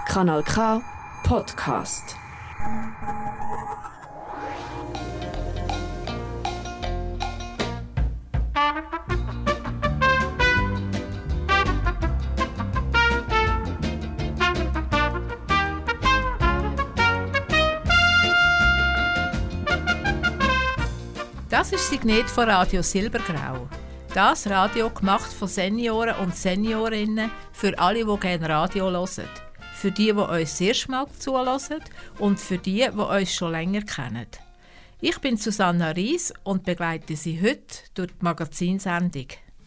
Kanal K Podcast. Das ist Signet von Radio Silbergrau. Das Radio gemacht von Senioren und Seniorinnen für alle, die gerne Radio hören. Für die uns das erste Mal zuhören und für die uns schon länger kennen. Ich bin Susanna Ries und begleite Sie heute durch die Magazinsendung.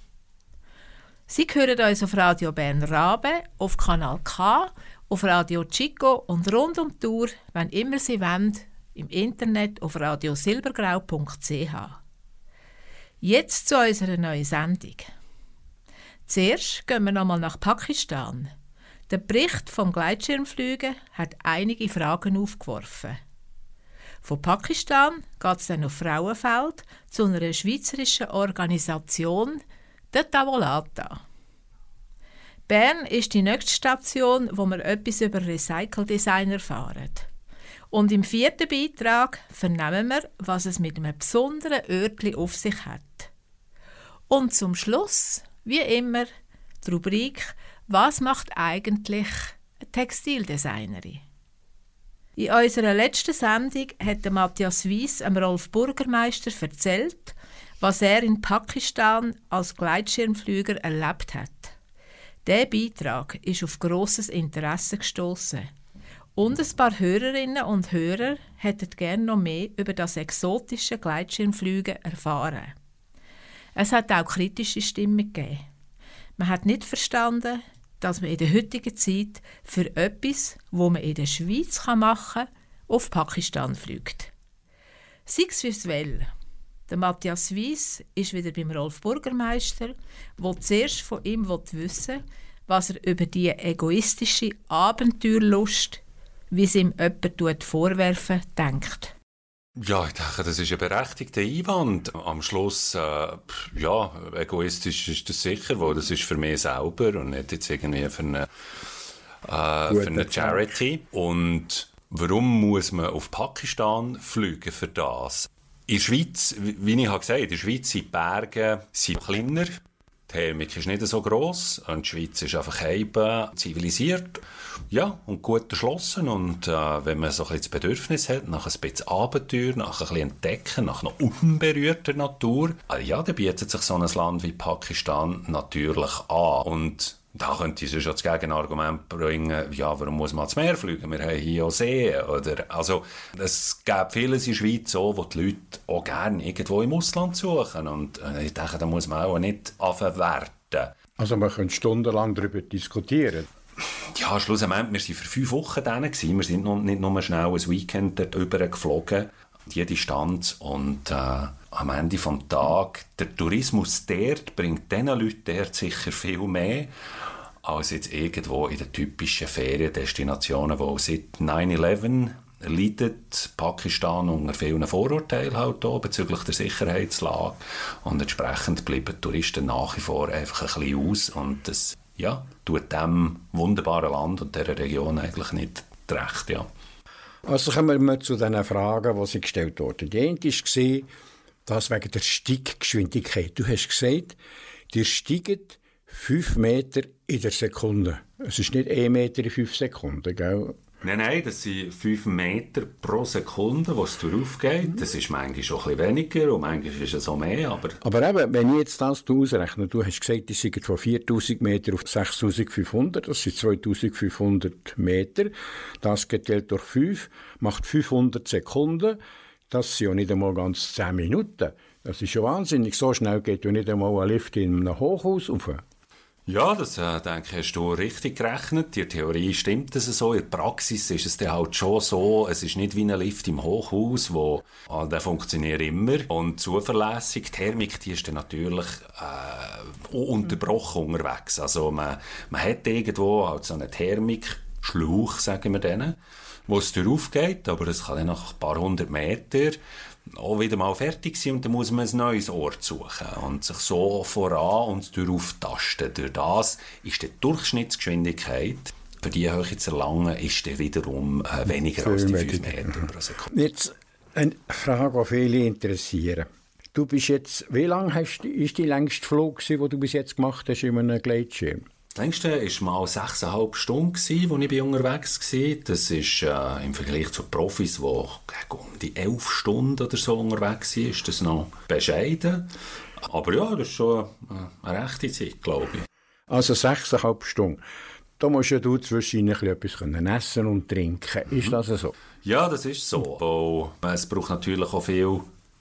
Sie hören uns auf Radio Bern Rabe, auf Kanal K, auf Radio Chico und rund um die Uhr, wenn immer Sie wollen, im Internet auf radiosilbergrau.ch. Jetzt zu unserer neuen Sendung. Zuerst gehen wir nochmal nach Pakistan. Der Bericht vom Gleitschirmfliegen hat einige Fragen aufgeworfen. Von Pakistan geht es dann auf Frauenfeld zu einer schweizerischen Organisation, der Tavolata. Bern ist die nächste Station, wo wir etwas über Recycle-Design erfahren. Und im 4. Beitrag vernehmen wir, was es mit einem besonderen Örtli auf sich hat. Und zum Schluss, wie immer, die Rubrik «Was macht eigentlich eine Textildesignerin?» In unserer letzten Sendung hat Matthias Weiss Rolf Burgermeister erzählt, was er in Pakistan als Gleitschirmflüger erlebt hat. Dieser Beitrag ist auf grosses Interesse gestossen. Und ein paar Hörerinnen und Hörer hätten gerne noch mehr über das exotische Gleitschirmfliegen erfahren. Es hat auch kritische Stimmen gegeben. Man hat nicht verstanden, dass man in der heutigen Zeit für etwas, was man in der Schweiz machen kann, auf Pakistan fliegt. Sei es wie es will. Der Matthias Weiss ist wieder beim Rolf Burgermeister, der zuerst von ihm wissen will, was er über die egoistische Abenteuerlust, wie es ihm jemand vorwerfen, denkt. Ja, ich denke, das ist ein berechtigter Einwand. Am Schluss, egoistisch ist das sicher, weil das ist für mich selber und nicht jetzt irgendwie für eine Charity. Und warum muss man auf Pakistan fliegen für das? In der Schweiz, wie ich gesagt habe, in der Schweiz sind die Berge kleiner. Die Thermik ist nicht so gross und die Schweiz ist einfach eben zivilisiert, ja, und gut erschlossen. Und wenn man so ein bisschen das Bedürfnis hat, nach ein bisschen Abenteuer, nach ein bisschen Entdecken, nach einer unberührter Natur, dann bietet sich so ein Land wie Pakistan natürlich an. Und da könnte ich schon das Gegenargument bringen, ja, warum muss man ans Meer fliegen? Wir haben hier auch See. Oder, also, es gibt vieles in der Schweiz, wo die Leute auch gerne irgendwo im Ausland suchen. Und ich denke, da muss man auch nicht werten. Also man könnte stundenlang darüber diskutieren. Ja, schlussendlich, wir waren für 5 Wochen da. Wir sind nicht nur schnell ein Weekend dort übergeflogen, die Distanz. Und am Ende des Tages, der Tourismus dort bringt diesen Leuten dort sicher viel mehr als jetzt irgendwo in den typischen Feriendestinationen, die seit 9/11 leidet Pakistan unter vielen Vorurteilen halt auch bezüglich der Sicherheitslage. Und entsprechend bleiben die Touristen nach wie vor einfach ein bisschen aus. Und das tut diesem wunderbaren Land und dieser Region eigentlich nicht recht, ja. Also kommen wir zu den Fragen, die Sie gestellt wurden. Die eine war, das wegen der Steiggeschwindigkeit. Du hast gesagt, ihr steigt 5 Meter in der Sekunde. Es ist nicht 1 Meter in 5 Sekunden, gell? Nein, das sind 5 Meter pro Sekunde, was darauf geht. Das ist manchmal schon ein bisschen weniger und manchmal ist es auch mehr. Aber eben, wenn ich jetzt das ausrechne, du hast gesagt, die sind von 4000 Meter auf 6500, das sind 2500 Meter. Das geteilt durch 5 macht 500 Sekunden. Das sind ja nicht einmal ganz 10 Minuten. Das ist schon wahnsinnig. So schnell geht ja nicht einmal ein Lift in einem Hochhaus rauf. Ja, das denke ich, hast du richtig gerechnet. In der Theorie stimmt das so. In der Praxis ist es dann halt schon so, es ist nicht wie ein Lift im Hochhaus, der funktioniert immer und zuverlässig. Die Thermik, die ist dann natürlich unterbrochen unterwegs. Also man hat irgendwo halt so einen Thermikschlauch, sagen wir denen, wo es darauf geht, aber es kann dann nach ein paar 100 Metern auch wieder mal fertig sein und dann muss man ein neues Ort suchen und sich so voran und darauf tasten. Durch das ist die Durchschnittsgeschwindigkeit für die Höhe zu erlangen, ist der wiederum weniger als die 5 Meter pro Sekunde. Jetzt eine Frage, die viele interessieren. Du bist jetzt, wie lange ist die längste Flug, den du bis jetzt gemacht hast in einem Gleitschirm? Das längste war mal 6,5 Stunden, als ich unterwegs war. Das ist im Vergleich zu Profis, die um die 11 Stunden oder so unterwegs sind, ist das noch bescheiden. Aber ja, das ist schon eine rechte Zeit, glaube ich. Also 6,5 Stunden. Da musst ja du zwischendurch etwas essen und trinken. Ist das so? Ja, das ist so. Es braucht natürlich auch viel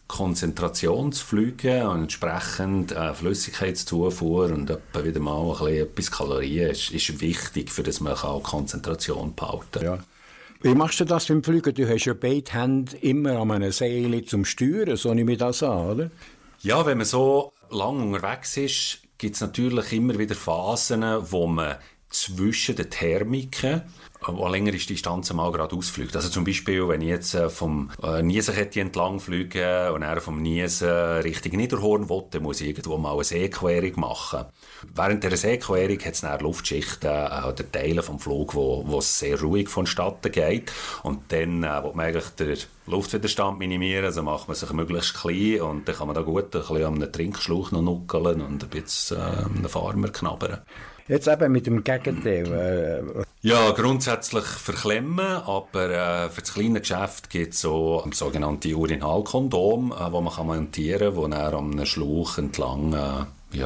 Konzentrationsflüge und entsprechend Flüssigkeitszufuhr und etwa wieder mal etwas Kalorien ist wichtig, für das man auch Konzentration behalten kann. Ja. Wie machst du das beim Fliegen? Du hast ja beide Hände immer an einem Seil zum Steuern, so nehme ich das an, oder? Ja, wenn man so lange unterwegs ist, gibt es natürlich immer wieder Phasen, wo man zwischen den Thermiken an längere Distanzen mal gerade ausfliegt. Also zum Beispiel, wenn ich jetzt vom Niesenkette entlang fliege und dann vom Niesen Richtung Niederhorn will, dann muss ich irgendwo mal eine Seequerung machen. Während dieser Seequerung hat es dann Luftschichten oder Teile vom Flug, wo es sehr ruhig vonstatten geht. Und dann will man eigentlich den Luftwiderstand minimieren, also macht man sich möglichst klein und dann kann man da gut ein bisschen an einem Trinkschlauch noch nuckeln und ein bisschen einen Farmer knabbern. Jetzt eben mit dem Gegenteil. Ja, grundsätzlich verklemmen, aber für das kleine Geschäft gibt es so sogenannte Urinalkondom, wo man montieren kann, wo dann an einem Schlauch entlang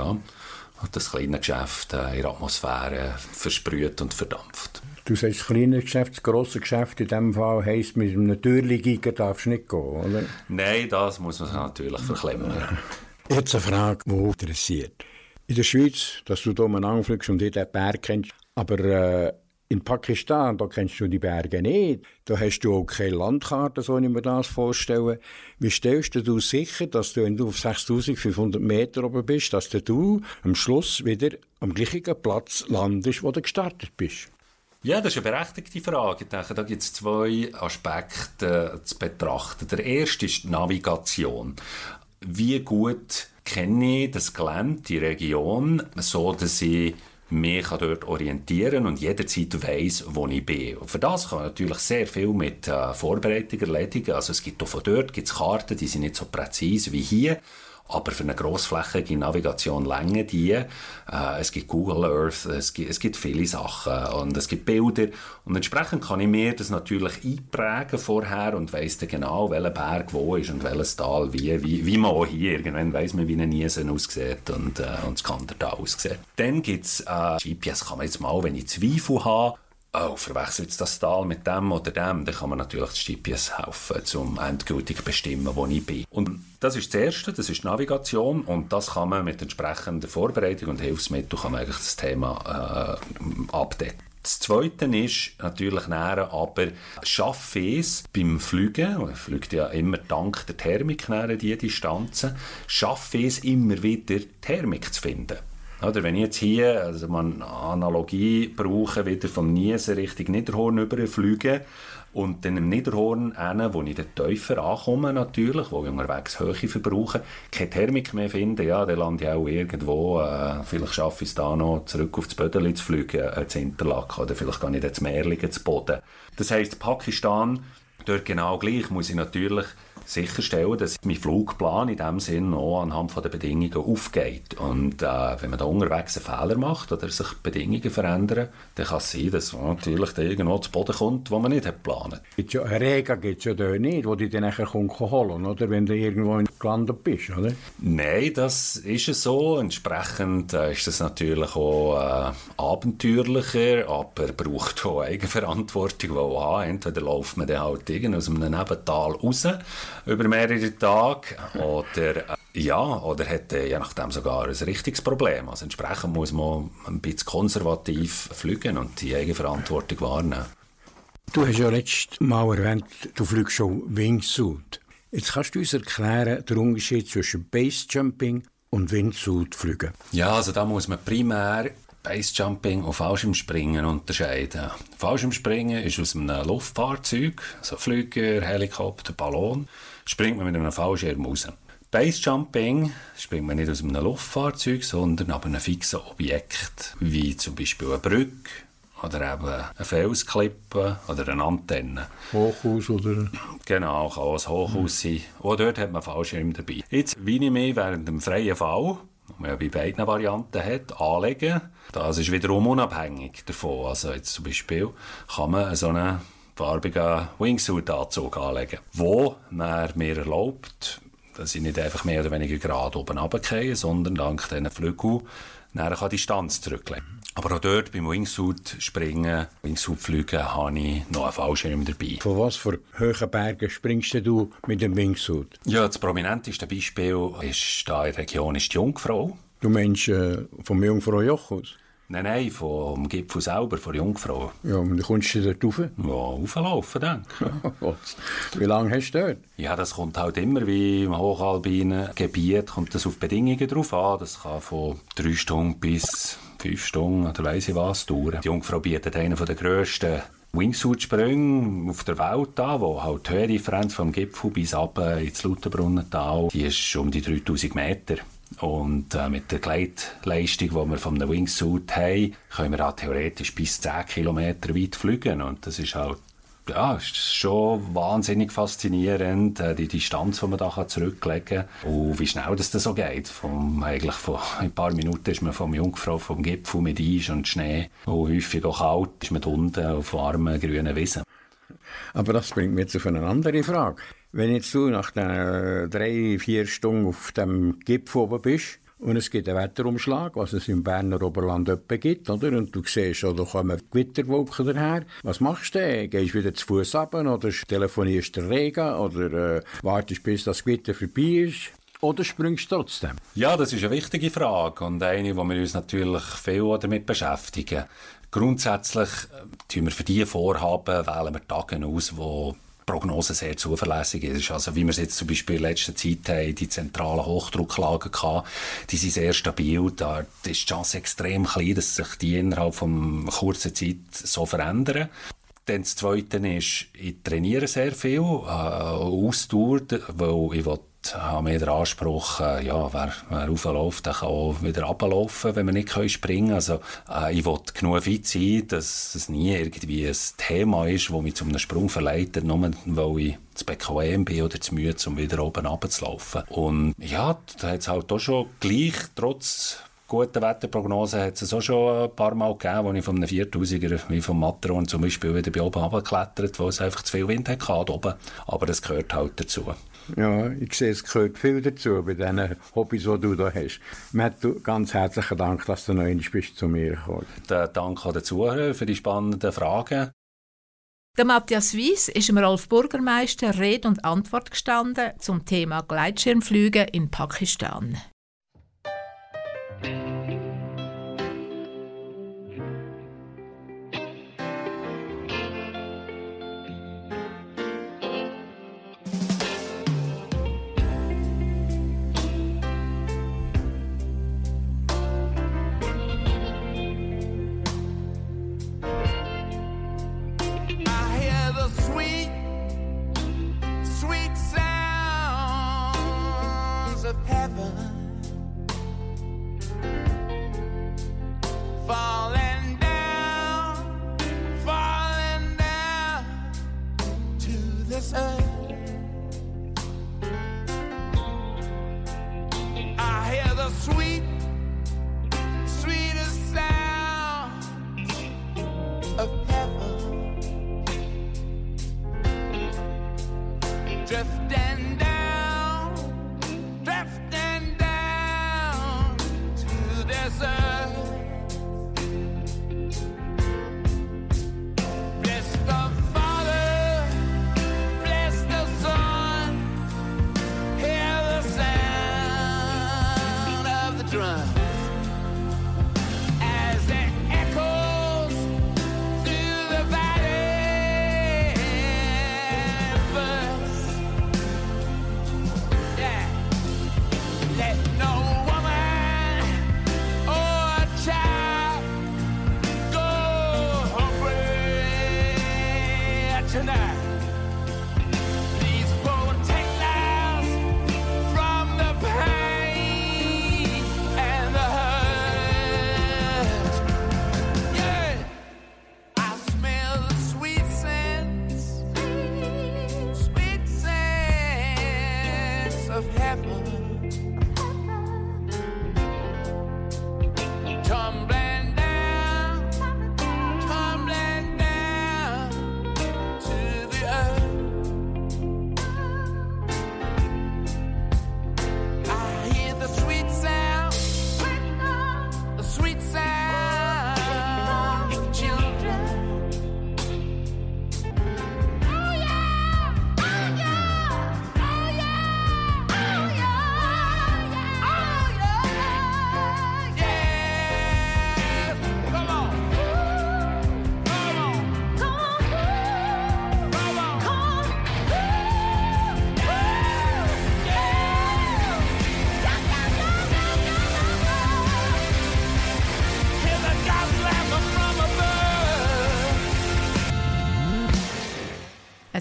das kleine Geschäft in der Atmosphäre versprüht und verdampft. Du sagst, das kleine Geschäft, das grosse Geschäft in diesem Fall heisst, mit einem Türligiger darfst du nicht gehen, oder? Nein, das muss man natürlich verklemmen. Jetzt eine Frage, die interessiert. In der Schweiz, dass du hier umeinander fliegst und den Berg kennst, aber in Pakistan, da kennst du die Berge nicht. Da hast du auch keine Landkarte, so ich mir das vorstelle. Wie stellst du sicher, dass du, wenn du auf 6500 Meter oben bist, dass du am Schluss wieder am gleichen Platz landest, wo du gestartet bist? Ja, das ist eine berechtigte Frage. Ich denke, da gibt es 2 Aspekte zu betrachten. Der erste ist die Navigation. Wie gut kenne ich das Gelände, die Region, so dass ich mich dort orientieren kann und jederzeit weiss, wo ich bin. Und für das kann man natürlich sehr viel mit Vorbereitung erledigen. Also es gibt auch von dort gibt's Karten, die sind nicht so präzise wie hier. Aber für eine grossflächige Navigation reichen die. Es gibt Google Earth, es gibt viele Sachen und es gibt Bilder. Und entsprechend kann ich mir das natürlich einprägen vorher und weiss dann genau, welcher Berg wo ist und welches Tal wie man auch hier. Irgendwann weiss man, wie ein Niesen aussieht und das Kandertal aussieht. Dann gibt es GPS, kann man jetzt mal, wenn ich Zweifel habe, verwechselt jetzt das Tal mit dem oder dem, dann kann man natürlich das GPS helfen, um endgültig zu bestimmen, wo ich bin. Und das ist das Erste, das ist die Navigation und das kann man mit entsprechender Vorbereitung und Hilfsmitteln kann man eigentlich das Thema abdecken. Das Zweite ist natürlich näher, aber schaffe es beim Fliegen, man fliegt ja immer dank der Thermik näher diese Distanzen, schaffe es immer wieder Thermik zu finden. Oder wenn ich jetzt hier also eine Analogie brauche, wieder vom Niesen Richtung Niederhorn überfliege und dann im Niederhorn hin, wo ich dann tiefer ankomme natürlich, wo ich unterwegs Höhe verbrauche, keine Thermik mehr finde, ja, dann lande ich auch irgendwo, vielleicht schaffe ich es da noch, zurück auf das Bödeli zu fliegen, zu Interlaken, oder vielleicht gehe ich dann zu Meerligen zu Boden. Das heisst, Pakistan, dort genau gleich, muss ich natürlich sicherstellen, dass mein Flugplan in dem Sinn auch anhand der Bedingungen aufgeht. Und wenn man da unterwegs einen Fehler macht oder sich Bedingungen verändern, dann kann es sein, dass man natürlich da irgendwo zu Boden kommt, wo man nicht geplant hat. Eine Rega gibt es ja da nicht, wo die dann nachher holen kann, oder? Wenn du irgendwo gelandet bist, oder? Nein, das ist es so. Entsprechend ist das natürlich auch abenteuerlicher, aber braucht auch Eigenverantwortung, weil entweder läuft man dann halt aus einem Nebental raus, über mehrere Tage oder hat je nachdem sogar ein richtiges Problem. Also entsprechend muss man ein bisschen konservativ fliegen und die Eigenverantwortung wahrnehmen. Du hast ja letztes Mal erwähnt, du fliegst schon Wingsuit. Jetzt kannst du uns erklären, den Unterschied zwischen Basejumping und Wingsuit fliegen. Ja, also da muss man primär Basejumping und Fallschirmspringen unterscheiden. Fallschirmspringen ist aus einem Luftfahrzeug, also Flüger, Helikopter, Ballon, springt man mit einem Fallschirm raus. Basejumping springt man nicht aus einem Luftfahrzeug, sondern ab einem fixen Objekt, wie zum Beispiel eine Brücke oder eben eine Felsklippe oder eine Antenne. Hochhaus oder? Genau, kann auch ein Hochhaus sein. Auch dort hat man Fallschirm dabei. Jetzt will ich mich während dem freien Fall, den man ja bei beiden Varianten hat, anlegen. Das ist wiederum unabhängig davon. Also jetzt zum Beispiel kann man so einen farbigen Wingsuit-Anzug anlegen, wo man mir erlaubt, dass ich nicht einfach mehr oder weniger gerade oben runtergehe, sondern dank diesen Flügeln nachher Distanz zurücklegen. Aber auch dort beim Wingsuit springen, Wingsuit fliegen, habe ich noch einen Fallschirm dabei. Von was für hohen Bergen springst du mit dem Wingsuit? Ja, das prominenteste Beispiel ist da in der Region ist die Jungfrau. Du meinst vom Jungfrau-Joch aus? Nein, vom Gipfel selber, von der Jungfrau. Ja, und wie kommst du dort rauf? Ja, rauflaufen, denke ich. Wie lange hast du dort? Ja, das kommt halt immer, wie im hochalpinen Gebiet, kommt das auf Bedingungen drauf an. Das kann von 3 Stunden bis 5 Stunden oder weiss ich was dauern. Die Jungfrau bietet einen der grössten Wingsuit-Sprünge auf der Welt an, wo halt die Höhendifferenz vom Gipfel bis runter ins Lauterbrunnental, die ist um die 3000 Meter. Und mit der Gleitleistung, die wir von einem Wingsuit haben, können wir auch theoretisch bis 10 Kilometer weit fliegen. Und das ist halt ist schon wahnsinnig faszinierend, die Distanz, die man da zurücklegen kann. Und wie schnell das so geht. Eigentlich von ein paar Minuten ist man vom Jungfrau, vom Gipfel mit Eis und Schnee. Und häufig auch kalt ist man unten auf warmen, grünen Wiesen. Aber das bringt mich jetzt auf eine andere Frage. Wenn jetzt du nach 3-4 Stunden auf dem Gipfel oben bist und es gibt einen Wetterumschlag, was es im Berner Oberland etwa gibt, oder? Und du siehst, da kommen Gewitterwolken daher. Was machst du denn? Gehst du wieder zu Fuß runter oder telefonierst du Regen oder wartest, bis das Gewitter vorbei ist? Oder springst du trotzdem? Ja, das ist eine wichtige Frage und eine, wo wir uns natürlich viel damit beschäftigen. Grundsätzlich tun wir für diese Vorhaben wählen wir Tage aus, wo die Prognose sehr zuverlässig ist. Also wie wir es jetzt zum Beispiel in letzter Zeit haben, die zentralen Hochdrucklagen gehabt, die sind sehr stabil. Da ist die Chance extrem klein, dass sich die innerhalb von kurzer Zeit so verändern. Dann das Zweite ist, ich trainiere sehr viel, Ausdauer, weil ich habe mir den Anspruch, wer raufläuft, der kann auch wieder runterlaufen, wenn wir nicht springen können. Also, ich will genug fit sein, dass es nie irgendwie ein Thema ist, das mich zu einem Sprung verleitet, nur weil ich zu bequem bin oder zu müde, um wieder oben runterzulaufen. Und ja, da hat es halt auch schon gleich, trotz gute Wetterprognose hat es auch schon ein paar Mal gegeben, wo ich von einem 4000er wie vom Matterhorn zum Beispiel wieder bei oben runtergeklettert, wo es einfach zu viel Wind hatte oben. Aber das gehört halt dazu. Ja, ich sehe, es gehört viel dazu bei diesen Hobbys, die du da hast. Matt, ganz herzlichen Dank, dass du noch einmal zu mir gekommen bist. Danke an den Zuhörern für die spannenden Fragen. Der Matthias Wyss ist dem Rolf Burgermeister Rede und Antwort gestanden zum Thema Gleitschirmflüge in Pakistan.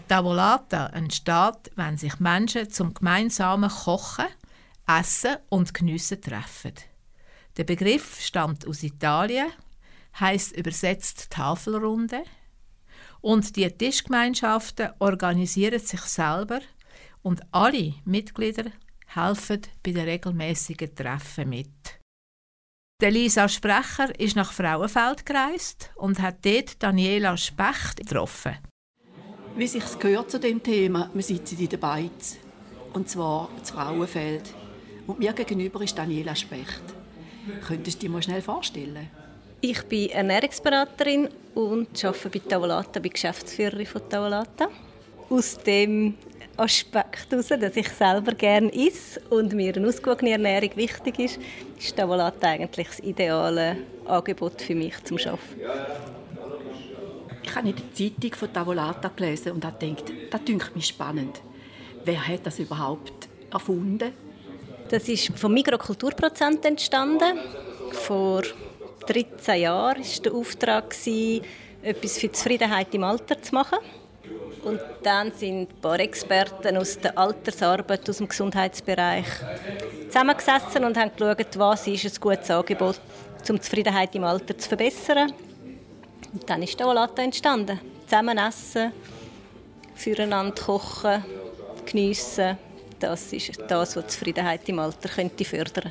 Eine Tavolata entsteht, wenn sich Menschen zum gemeinsamen Kochen, Essen und Geniessen treffen. Der Begriff stammt aus Italien, heisst übersetzt Tafelrunde. Und die Tischgemeinschaften organisieren sich selber und alle Mitglieder helfen bei den regelmäßigen Treffen mit. Lisa Sprecher ist nach Frauenfeld gereist und hat dort Daniela Specht getroffen. Wie sich gehört zu dem Thema, wir sitzen in der Beiz, und zwar in Frauenfeld. Und mir gegenüber ist Daniela Specht. Könntest du dir mal schnell vorstellen? Ich bin Ernährungsberaterin und arbeite bei Tavolata, bin Geschäftsführerin von Tavolata. Aus dem Aspekt heraus, dass ich selber gerne esse und mir eine ausgewogene Ernährung wichtig ist Tavolata eigentlich das ideale Angebot für mich zum Arbeiten. Ich habe in der Zeitung von Tavolata gelesen und habe gedacht, das dünkt mich spannend. Wer hat das überhaupt erfunden? Das ist vom Mikrokulturprozent entstanden. Vor 13 Jahren war der Auftrag, etwas für die Zufriedenheit im Alter zu machen. Und dann sind ein paar Experten aus der Altersarbeit, aus dem Gesundheitsbereich zusammengesessen und haben geschaut, was ist ein gutes Angebot, um die Zufriedenheit im Alter zu verbessern. Und dann ist Tavolata entstanden. Zusammen essen, füreinander kochen, geniessen. Das ist das, was die Zufriedenheit im Alter könnte fördern.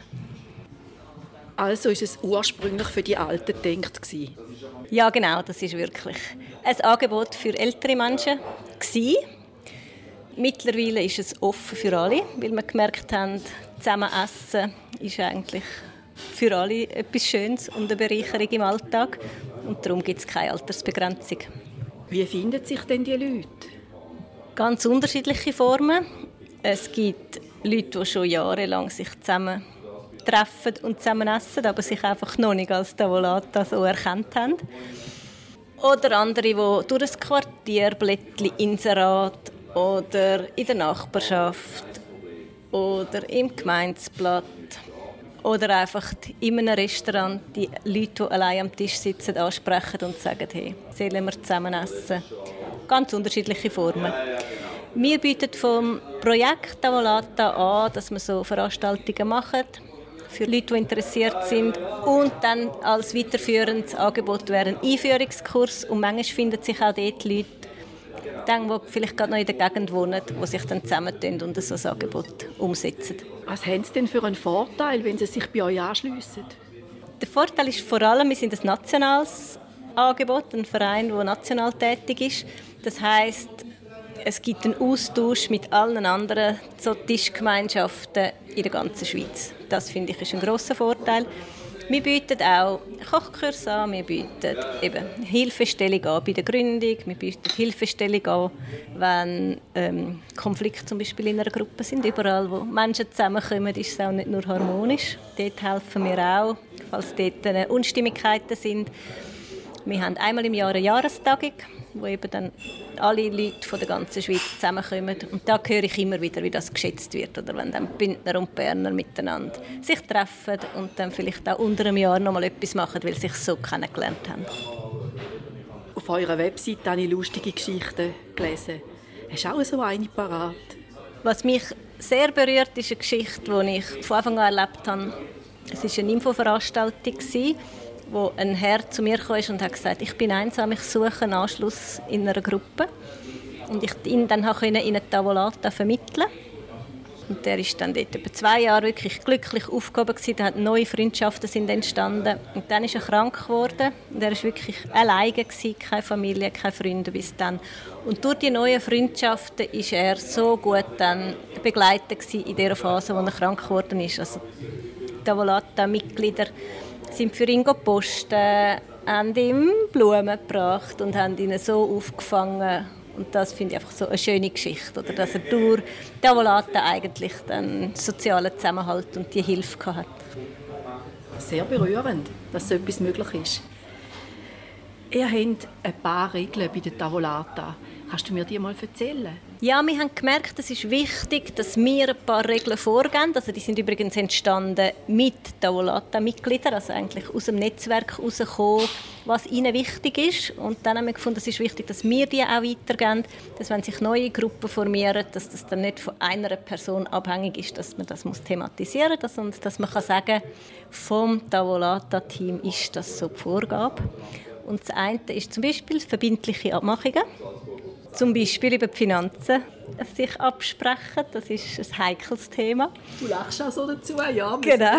Also war es ursprünglich für die Alten gedacht? Ja, genau, das ist wirklich ein Angebot für ältere Menschen gewesen. Mittlerweile ist es offen für alle, weil wir gemerkt haben, zusammen essen ist eigentlich für alle etwas Schönes und eine Bereicherung im Alltag. Und darum gibt es keine Altersbegrenzung. Wie finden sich denn die Leute? Ganz unterschiedliche Formen. Es gibt Leute, die schon jahrelang sich zusammen treffen und zusammen essen, aber sich einfach noch nicht als Tavolata so erkannt haben. Oder andere, die durch ein Quartierblättchen, Inserat oder in der Nachbarschaft oder im Gemeindeblatt oder einfach in einem Restaurant die Leute, die allein am Tisch sitzen, ansprechen und sagen, hey, sollen wir zusammen essen? Ganz unterschiedliche Formen. Wir bieten vom Projekt Tavolata an, dass wir so Veranstaltungen machen für Leute, die interessiert sind. Und dann als weiterführendes Angebot wäre ein Einführungskurs. Und manchmal finden sich auch dort Leute, die vielleicht gerade noch in der Gegend wohnen, die sich dann zusammentun und so ein Angebot umsetzen. Was haben Sie denn für einen Vorteil, wenn Sie sich bei euch anschliessen? Der Vorteil ist vor allem, wir sind ein nationales Angebot, ein Verein, der national tätig ist. Das heisst, es gibt einen Austausch mit allen anderen so Tischgemeinschaften in der ganzen Schweiz. Das finde ich ist ein grosser Vorteil. Wir bieten auch Kochkurse an, wir bieten eben Hilfestellung an bei der Gründung, wir bieten Hilfestellung an, wenn Konflikte zum Beispiel in einer Gruppe sind. Überall, wo Menschen zusammenkommen, ist es auch nicht nur harmonisch. Dort helfen wir auch, falls dort Unstimmigkeiten sind. Wir haben einmal im Jahr eine Jahrestagung, wo eben dann alle Leute von der ganzen Schweiz zusammenkommen. Und da höre ich immer wieder, wie das geschätzt wird. Oder wenn dann Bündner und Berner miteinander sich treffen und dann vielleicht auch unter einem Jahr noch mal etwas machen, weil sie sich so kennengelernt haben. Auf eurer Webseite habe ich lustige Geschichten gelesen. Hast du auch so eine parat? Was mich sehr berührt, ist eine Geschichte, die ich von Anfang an erlebt habe. Es war eine Infoveranstaltung, wo ein Herr zu mir kam und hat gesagt, ich bin einsam, ich suche einen Anschluss in einer Gruppe. Und ich ihn dann in eine Tavolata vermitteln. Und der ist dann dort über 2 Jahre wirklich glücklich aufgehoben gewesen. Neue Freundschaften sind entstanden. Und dann ist er krank geworden. Und er war wirklich alleine gewesen, keine Familie, keine Freunde bis dann. Und durch die neuen Freundschaften war er so gut dann begleitet gewesen in der Phase, wo er krank geworden ist. Also die Tavolata-Mitglieder sind für ihn gepostet, haben ihm Blumen gebracht und haben ihn so aufgefangen. Und das finde ich einfach so eine schöne Geschichte, oder? Dass er durch Tavolata eigentlich den sozialen Zusammenhalt und die Hilfe hatte. Sehr berührend, dass so etwas möglich ist. Ihr habt ein paar Regeln bei der Tavolata. Kannst du mir die mal erzählen? Ja, wir haben gemerkt, es ist wichtig, dass wir ein paar Regeln vorgeben. Also die sind übrigens entstanden mit Tavolata-Mitgliedern, also eigentlich aus dem Netzwerk herausgekommen was ihnen wichtig ist. Und dann haben wir gefunden, es ist wichtig, dass wir die auch weitergeben, dass wenn sich neue Gruppen formieren, dass das dann nicht von einer Person abhängig ist, dass man das thematisieren muss, sondern dass man sagen kann, vom Tavolata-Team ist das so die Vorgabe. Und das eine ist zum Beispiel verbindliche Abmachungen. Zum Beispiel über die Finanzen sich absprechen. Das ist ein heikles Thema. Du lachst auch so dazu, ja. Genau.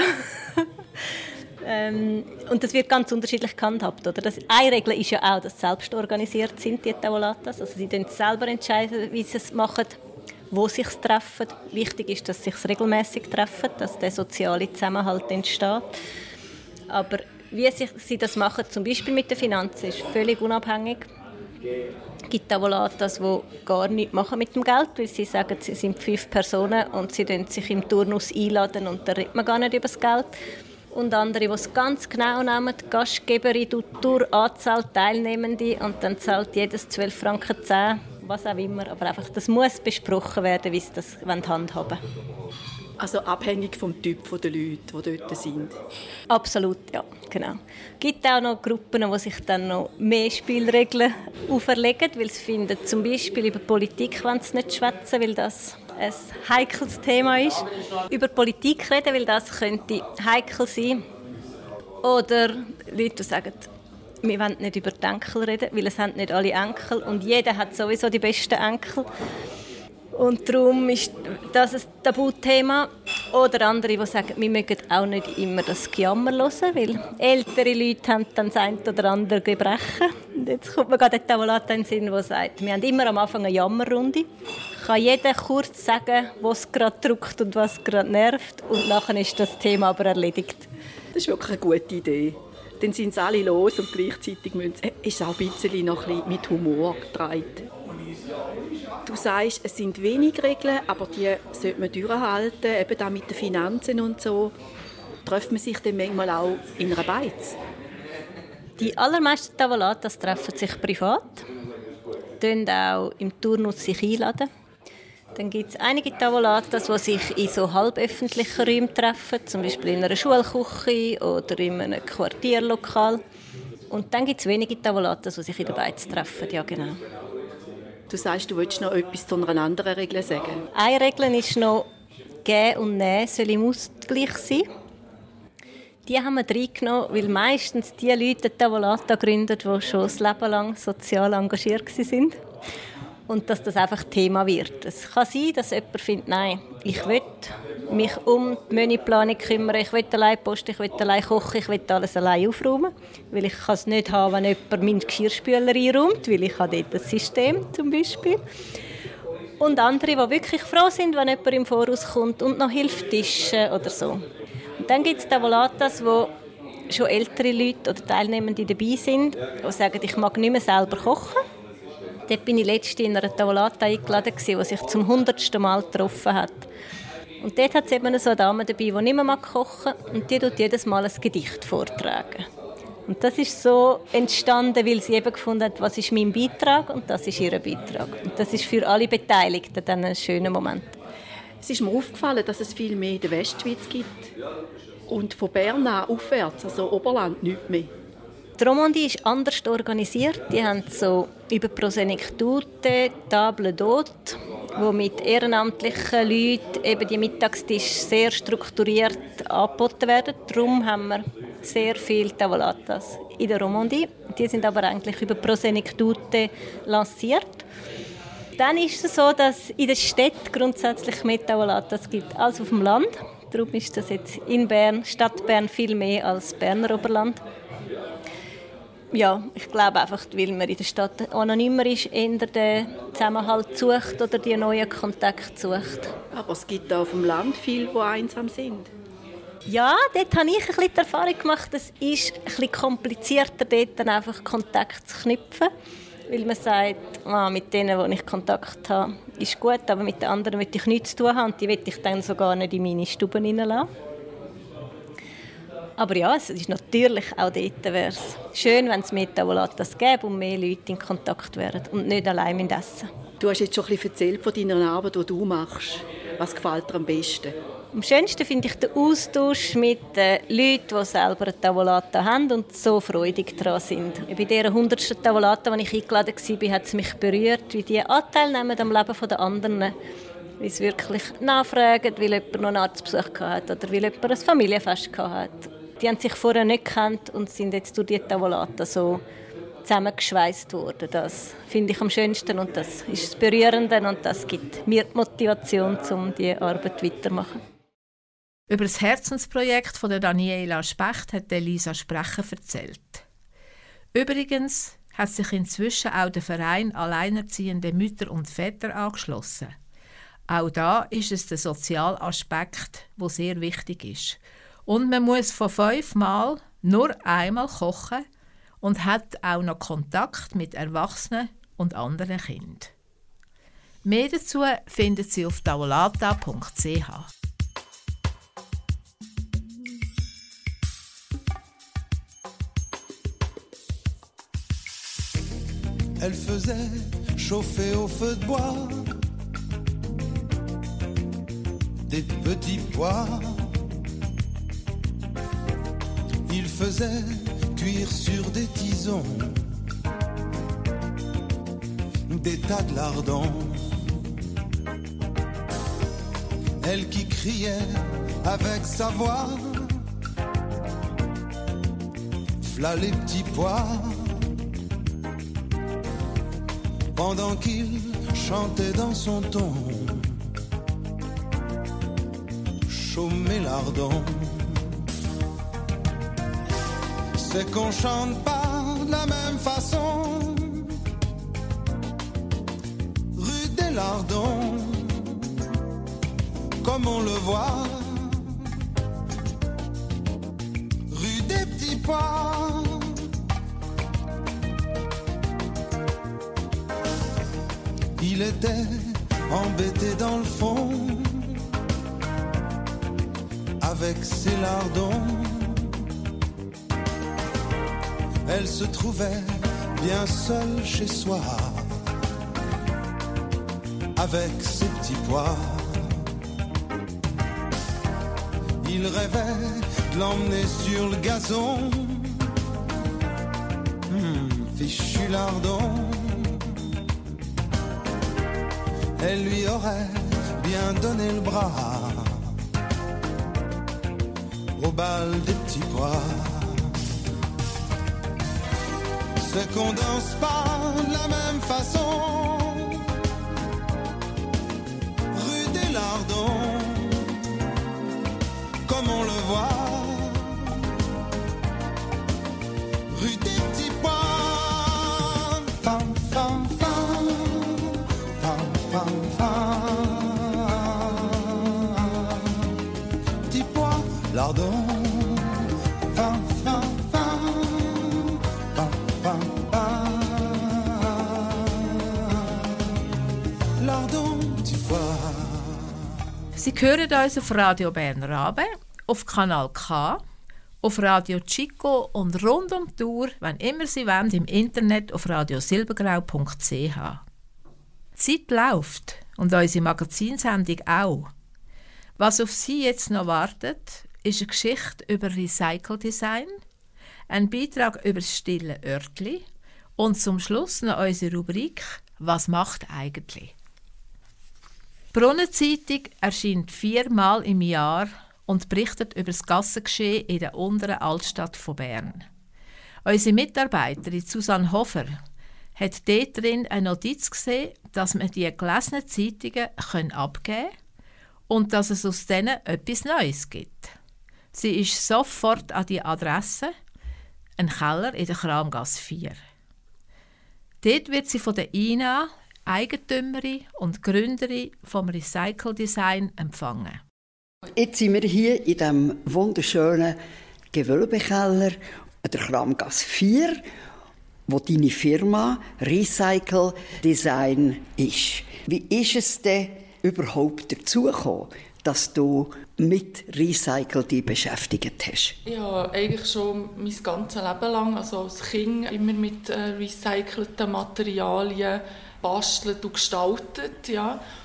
Und das wird ganz unterschiedlich gehandhabt. Oder? Eine Regel ist ja auch, dass sie selbst organisiert sind, die Tavolatas. Also sie entscheiden selber, wie sie es machen, wo sie sich treffen. Wichtig ist, dass sie sich regelmäßig treffen, dass der soziale Zusammenhalt entsteht. Aber wie sie das machen, zum Beispiel mit den Finanzen, ist völlig unabhängig. Es gibt Tavolatas, die gar nichts machen mit dem Geld, weil sie sagen, sie sind 5 Personen und sie laden sich im Turnus einladen und da redet man gar nicht über das Geld. Und andere, die es ganz genau nehmen, die Gastgeberin durch Anzahl Teilnehmende und dann zahlt jedes 12,10 Franken, was auch immer. Aber einfach, das muss besprochen werden, wie sie das handhaben wollen. Also abhängig vom Typ der Leute, die dort sind? Absolut, ja, genau. Es gibt auch noch Gruppen, die sich dann noch mehr Spielregeln auferlegen, weil sie finden, zum Beispiel über Politik wollen sie nicht schwätzen, weil das ein heikles Thema ist. Über Politik reden, weil das könnte heikel sein. Oder Leute, die sagen, wir wollen nicht über die Enkel reden, weil es haben nicht alle Enkel und jeder hat sowieso die besten Enkel. Und darum ist das ein Tabuthema. Oder andere, die sagen, wir mögen auch nicht immer das Gejammer hören, weil ältere Leute haben dann das eine oder andere Gebrechen. Und jetzt kommt mir gerade der Tavolata in den Sinn, der sagt, wir haben immer am Anfang eine Jammerrunde. Kann jeder kurz sagen, was gerade drückt und was gerade nervt. Und nachher ist das Thema aber erledigt. Das ist wirklich eine gute Idee. Dann sind sie alle los und gleichzeitig ist es auch ein bisschen noch ein bisschen mit Humor getragen. Du sagst, es sind wenig Regeln, aber die sollte man durchhalten, eben auch mit den Finanzen und so. Trifft man sich dann manchmal auch in einer Beiz? Die allermeisten Tavolatas treffen sich privat, sich auch im Turnus einladen. Dann gibt es einige Tavolatas, die sich in so halböffentlichen Räumen treffen, zum Beispiel in einer Schulküche oder in einem Quartierlokal. Und dann gibt es wenige Tavolatas, die sich in der Beiz treffen, ja genau. Du sagst, du willst noch etwas zu einer anderen Regel sagen. Eine Regel ist noch, Geben und Nehmen soll im Ausgleich sein. Die haben wir reingenommen, weil meistens die Leute Tavolata gründen, die schon das Leben lang sozial engagiert waren. Und dass das einfach Thema wird. Es kann sein, dass jemand findet, nein, ich will mich um die Menüplanung kümmern, ich will allein posten, ich will allein kochen, ich will alles allein aufräumen. Weil ich kann es nicht haben, wenn jemand meinen Geschirrspüler einräumt, weil ich habe dort das System zum Beispiel. Und andere, die wirklich froh sind, wenn jemand im Voraus kommt und noch hilft tischen oder so. Und dann gibt es Tavolatas, wo schon ältere Leute oder Teilnehmende dabei sind, die sagen, ich mag nicht mehr selber kochen. Dort bin ich letztens in einer Tavolata eingeladen, die sich zum 100. Mal getroffen hat. Und dort hat es eben so eine Dame dabei, die nicht mehr kochen mag und die tut jedes Mal ein Gedicht vortragen. Und das ist so entstanden, weil sie eben gefunden hat, was ist mein Beitrag und das ist ihr Beitrag. Und das ist für alle Beteiligten dann ein schöner Moment. Es ist mir aufgefallen, dass es viel mehr in der Westschweiz gibt. Und von Bern an aufwärts, also Oberland, nichts mehr. Die Romandie ist anders organisiert. Die haben so über Prosenektute, Table d'Hôte, wo mit ehrenamtlichen Leuten eben die Mittagstische sehr strukturiert angeboten werden. Darum haben wir sehr viele Tavolatas in der Romandie. Die sind aber eigentlich über Prosenektute lanciert. Dann ist es so, dass in der Stadt grundsätzlich mehr Tavolatas gibt als auf dem Land. Darum ist das jetzt in Bern, Stadt Bern, viel mehr als Berner Oberland. Ja, ich glaube einfach, weil man in der Stadt anonymer ist, eher den Zusammenhalt sucht oder die neuen Kontakte sucht. Aber es gibt auch auf dem Land viele, die einsam sind. Ja, dort habe ich ein bisschen die Erfahrung gemacht, es ist ein bisschen komplizierter, dort dann einfach Kontakt zu knüpfen. Weil man sagt, mit denen, die ich Kontakt habe, ist gut, aber mit den anderen will ich nichts zu tun haben und die will ich dann sogar nicht in meine Stube reinlassen. Aber ja, es ist natürlich auch dort wäre es schön, wenn es mehr Tavolatas gäbe und mehr Leute in Kontakt wären und nicht allein essen. Du hast jetzt schon ein bisschen erzählt von deiner Arbeit, die du machst. Was gefällt dir am besten? Am schönsten finde ich den Austausch mit den Leuten, die selber eine Tavolata haben und so freudig daran sind. Bei dieser 100. Tavolata, als ich eingeladen war, hat es mich berührt, wie die Anteil nehmen am Leben der anderen. Wie sie wirklich nachfragen, weil jemand noch einen Arztbesuch hatte oder weil jemand ein Familienfest hatte. Die haben sich vorher nicht gekannt und sind jetzt durch die Tavolata so zusammengeschweißt worden. Das finde ich am schönsten und das ist das Berührende und das gibt mir die Motivation, um diese Arbeit weiterzumachen. Über das Herzensprojekt von der Daniela Specht hat Elisa Sprecher erzählt. Übrigens hat sich inzwischen auch der Verein Alleinerziehende Mütter und Väter angeschlossen. Auch da ist es der soziale Aspekt, der sehr wichtig ist. Und man muss von 5 Mal nur einmal kochen und hat auch noch Kontakt mit Erwachsenen und anderen Kindern. Mehr dazu findet sie auf tavolata.ch. Elle faisait chauffer au feu de bois des petits pois. Il faisait cuire sur des tisons des tas de lardons. Elle qui criait avec sa voix, v'là les petits pois. Pendant qu'il chantait dans son ton, chômé lardon. C'est qu'on chante pas de la même façon. Rue des Lardons, comme on le voit. Rue des Petits Pois. Il était embêté dans le fond avec ses lardons. Elle se trouvait bien seule chez soi avec ses petits pois. Il rêvait de l'emmener sur le gazon. Fichu lardon. Elle lui aurait bien donné le bras au bal des petits pois. C'est qu'on danse pas de la même façon. Rue des Lardons, comme on le voit. Rue des petits pois. Fam, fam, fam. Fam, fam, fam. Petits pois, lardons. Fam, fam, fam. Fam, fam, fam. Lardons, petits pois. Sie hören uns auf Radio Bern Rabe, auf Kanal K, auf Radio Chico und rund um die Uhr, wenn immer Sie wollen, im Internet auf radiosilbergrau.ch. Die Zeit läuft und unsere Magazinsendung auch. Was auf Sie jetzt noch wartet, ist eine Geschichte über Recycle-Design, ein Beitrag über das stille Örtli und zum Schluss noch unsere Rubrik «Was macht eigentlich?». Die Brunnenzeitung erscheint 4 Mal im Jahr und berichtet über das Gassengeschehen in der unteren Altstadt von Bern. Unsere Mitarbeiterin Susanne Hofer hat dort drin eine Notiz gesehen, dass man die gelesenen Zeitungen abgeben können und dass es aus denen etwas Neues gibt. Sie ist sofort an die Adresse, ein Keller in der Kramgasse 4. Dort wird sie von der Ina, Eigentümerin und Gründerin vom Recycle Design, empfangen. Jetzt sind wir hier in diesem wunderschönen Gewölbekeller der Kramgasse 4, wo deine Firma Recycle Design ist. Wie ist es denn überhaupt dazu gekommen, dass du mit Recycle dich beschäftigt hast? Ja, eigentlich schon mein ganzes Leben lang. Also als Kind immer mit recycelten Materialien bastelt und gestaltet. Ja.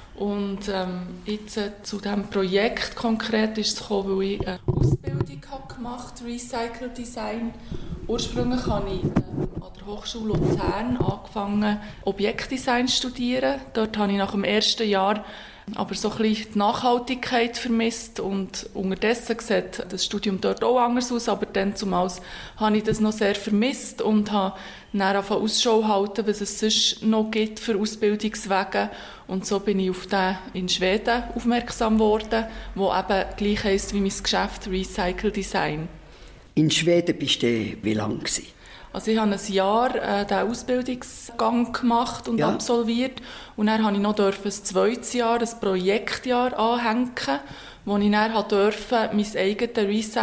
Und jetzt zu diesem Projekt konkret ist es gekommen, weil ich eine Ausbildung gemacht habe, Recycle Design. Ursprünglich habe ich an der Hochschule Luzern angefangen, Objektdesign zu studieren. Dort habe ich nach dem ersten Jahr aber so ein bisschen die Nachhaltigkeit vermisst und unterdessen sieht das Studium dort auch anders aus, aber dann zumals habe ich das noch sehr vermisst und habe dann angefangen Ausschau halten, was es sonst noch gibt für Ausbildungswege, und so bin ich auf den in Schweden aufmerksam geworden, wo eben gleich heisst wie mein Geschäft Recycle Design. In Schweden bist du wie lange gewesen? Also ich habe ein Jahr den Ausbildungsgang gemacht und absolviert, und dann durfte ich noch ein zweites Jahr, ein Projektjahr anhängen, wo ich dann durfte mein eigenes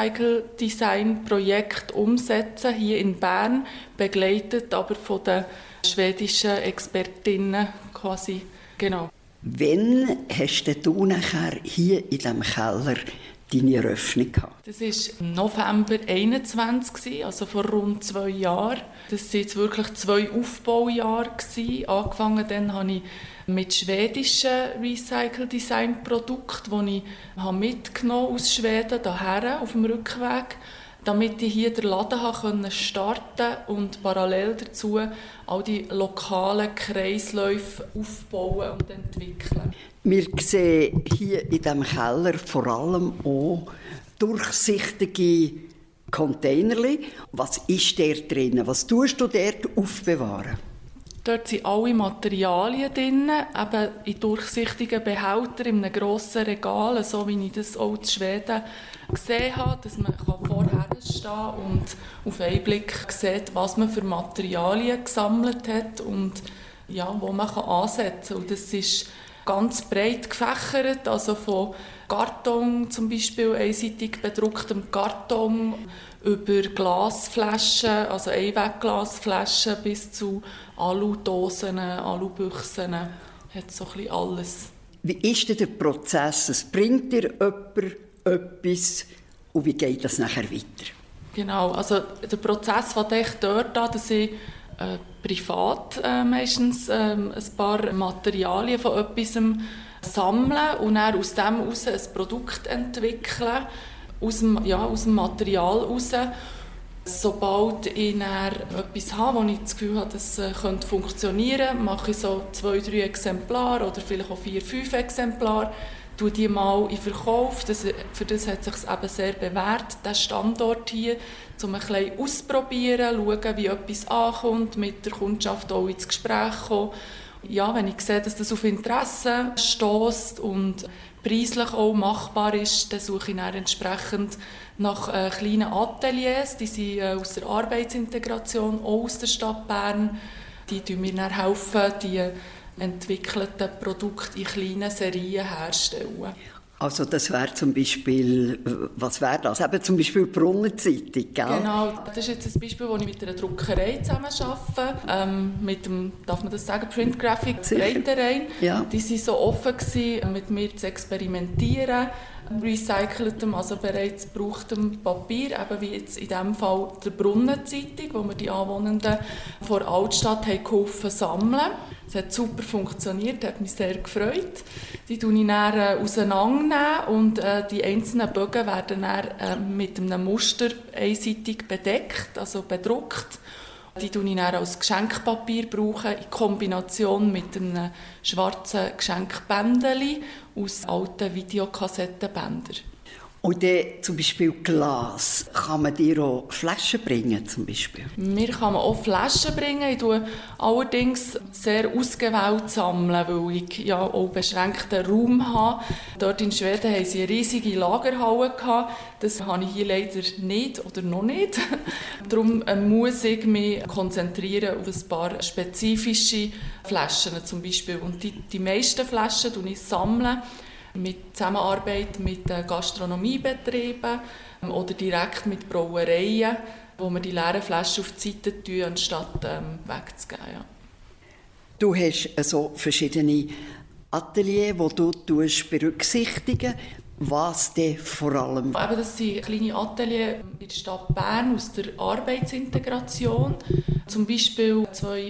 Recycle-Design-Projekt umsetzen, hier in Bern, begleitet aber von den schwedischen Expertinnen quasi. Genau. Wann hast du nachher hier in diesem Keller deine Eröffnung gehabt? Das war im November 2021, also vor rund 2 Jahren. Das waren jetzt wirklich 2 Aufbaujahre. Angefangen dann habe ich mit schwedischen Recycle-Design-Produkten, die ich mitgenommen aus Schweden hierher auf dem Rückweg, damit ich hier den Laden starten konnte und parallel dazu all die lokalen Kreisläufe aufbauen und entwickeln. Wir sehen hier in diesem Keller vor allem auch durchsichtige Container. Was ist da drin? Was tust du dort aufbewahren? Dort sind alle Materialien drin, eben in durchsichtigen Behältern, in einem grossen Regal, so wie ich das auch in Schweden gesehen habe, dass man vorher stehen und auf einen Blick sieht, was man für Materialien gesammelt hat und wo man ansetzen kann. Und das ist ganz breit gefächert, also von Karton, zum Beispiel einseitig bedrucktem Karton, über Glasflaschen, also Einwegglasflaschen, bis zu Aludosen, Alubüchsen, hat so ein bisschen alles. Wie ist denn der Prozess? Es bringt dir jemand etwas und wie geht das nachher weiter? Genau, also der Prozess fängt echt dort an, dass ich privat meistens ein paar Materialien von etwas sammeln und dann aus dem heraus ein Produkt entwickeln, aus dem Material heraus. Sobald ich dann etwas habe, wo ich das Gefühl habe, das könnte funktionieren, mache ich so 2, 3 Exemplare oder vielleicht auch 4, 5 Exemplare, tue die mal in Verkauf. Für das hat es sich eben sehr bewährt, der Standort hier, um ein bisschen auszuprobieren, schauen, wie etwas ankommt, mit der Kundschaft auch ins Gespräch kommen. Ja, wenn ich sehe, dass das auf Interesse stösst und preislich auch machbar ist, dann suche ich dann entsprechend nach kleinen Ateliers. Die sind aus der Arbeitsintegration, auch aus der Stadt Bern. Die helfen mir dann helfen, die entwickelten Produkte in kleinen Serien herzustellen. Also das wäre zum Beispiel, was wäre das? Eben zum Beispiel die Brunnenzeitung, gell? Genau, das ist jetzt ein Beispiel, wo ich mit einer Druckerei zusammen arbeite, mit dem, darf man das sagen, Print Graphic Reiterein. Ja. Die waren so offen gewesen, mit mir zu experimentieren, recyceltem, also bereits gebrauchtem Papier, eben wie jetzt in diesem Fall der Brunnenzeitung, wo wir die Anwohnenden vor der Altstadt haben geholfen sammeln. Es hat super funktioniert, hat mich sehr gefreut. Die tue ich dann auseinandernehmen und die einzelnen Bögen werden dann mit einem Muster einseitig bedeckt, also bedruckt. Die brauche ich dann als Geschenkpapier in Kombination mit einem schwarzen Geschenkbändeli aus alten Videokassettenbändern. Und dann zum Beispiel Glas. Kann man dir auch Flaschen bringen, zum Beispiel? Mir kann man auch Flaschen bringen. Ich tue allerdings sehr ausgewählt sammeln, weil ich ja auch beschränkten Raum habe. Dort in Schweden hatten sie eine riesige Lagerhalle. Das habe ich hier leider nicht oder noch nicht. Darum muss ich mich konzentrieren auf ein paar spezifische Flaschen zum Beispiel. Und die meisten Flaschen sammle ich mit Zusammenarbeit mit Gastronomiebetrieben oder direkt mit Brauereien, wo wir die leeren Flaschen auf die Seite tun, anstatt wegzugeben. Ja. Du hast so verschiedene Ateliers, die du berücksichtigen. Was denn vor allem? Das sind kleine Ateliers in der Stadt Bern aus der Arbeitsintegration. Zum Beispiel 2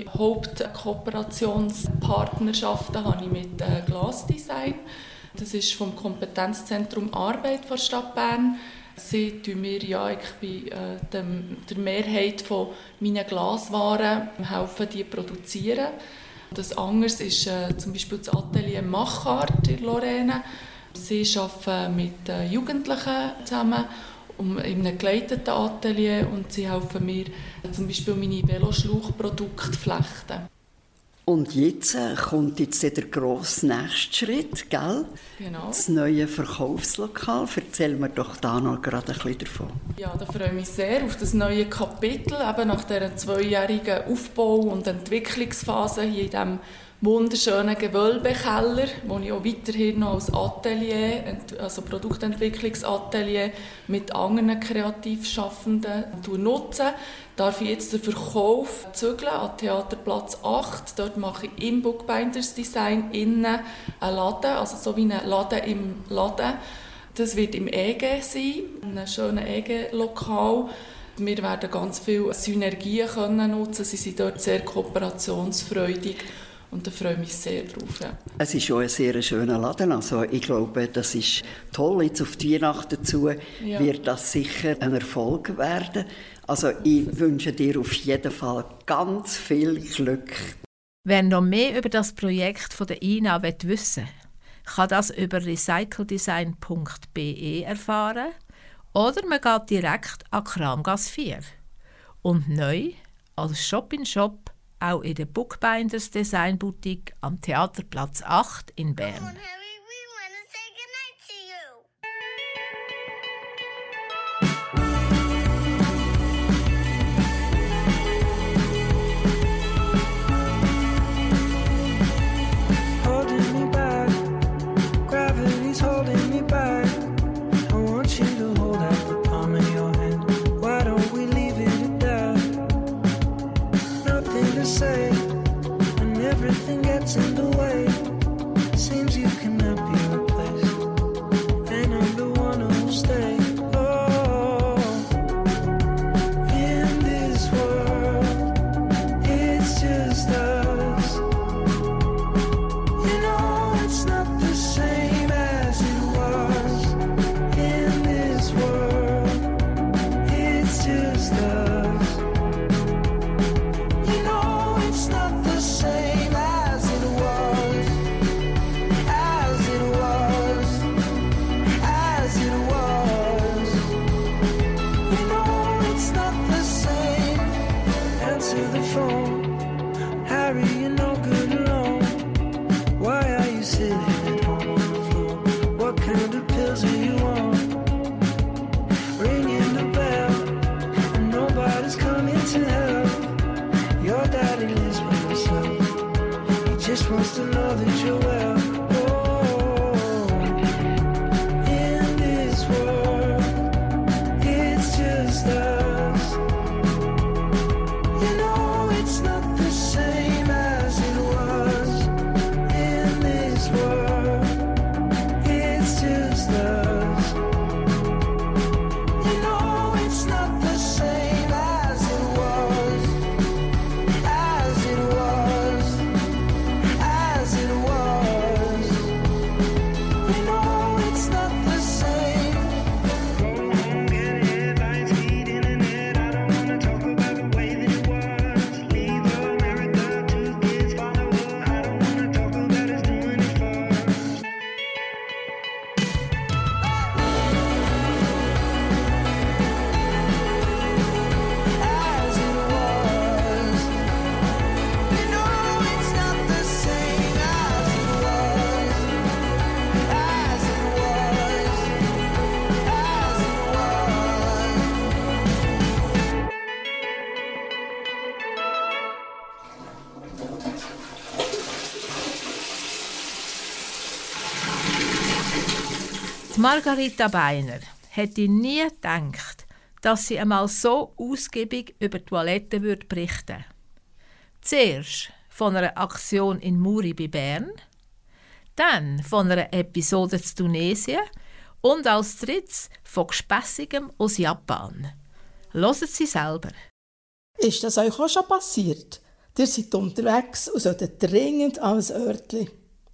Hauptkooperationspartnerschaften habe ich mit Glasdesign. Das ist vom Kompetenzzentrum Arbeit der Stadt Bern. Sie tun mir bei der Mehrheit von meinen Glaswaren helfen, die produzieren. Das anderes ist zum Beispiel das Atelier Machart in Lorraine. Sie arbeiten mit Jugendlichen zusammen in einem geleiteten Atelier und sie helfen mir zum Beispiel meine Veloschlauchprodukte flechten. Und jetzt kommt der grosse nächste Schritt, gell? Genau. Das neue Verkaufslokal. Erzähl mir doch da noch gerade ein bisschen davon. Ja, da freue ich mich sehr auf das neue Kapitel, eben nach dieser 2-jährigen Aufbau- und Entwicklungsphase hier in diesem wunderschönen Gewölbekeller, wo ich auch weiterhin noch als Atelier, also Produktentwicklungsatelier mit anderen Kreativschaffenden nutze. Darf ich jetzt den Verkauf zügeln an Theaterplatz 8. Dort mache ich im Bookbinders Design innen einen Laden, also so wie ein Laden im Laden. Das wird im EG sein, einem schönen EG-Lokal. Wir werden ganz viele Synergien nutzen. Sie sind dort sehr kooperationsfreudig. Und da freue ich mich sehr drauf. Ja. Es ist auch ein sehr schöner Laden. Also ich glaube, das ist toll. Jetzt auf die Weihnachten zu wird das sicher ein Erfolg werden. Also ich wünsche dir auf jeden Fall ganz viel Glück. Wer noch mehr über das Projekt von der Ina wissen will, kann das über recycledesign.be erfahren oder man geht direkt an Kramgasse 4. Und neu als Shop-in-Shop auch in der Bookbinders Design Boutique am Theaterplatz 8 in Bern. Margarita Beiner hätte nie gedacht, dass sie einmal so ausgiebig über Toiletten berichten würde. Zuerst von einer Aktion in Muri bei Bern, dann von einer Episode in Tunesien Und als drittes von Gespässigem aus Japan. Hören Sie selber. Ist das euch auch schon passiert? Ihr seid unterwegs und solltet dringend an ein Örtchen.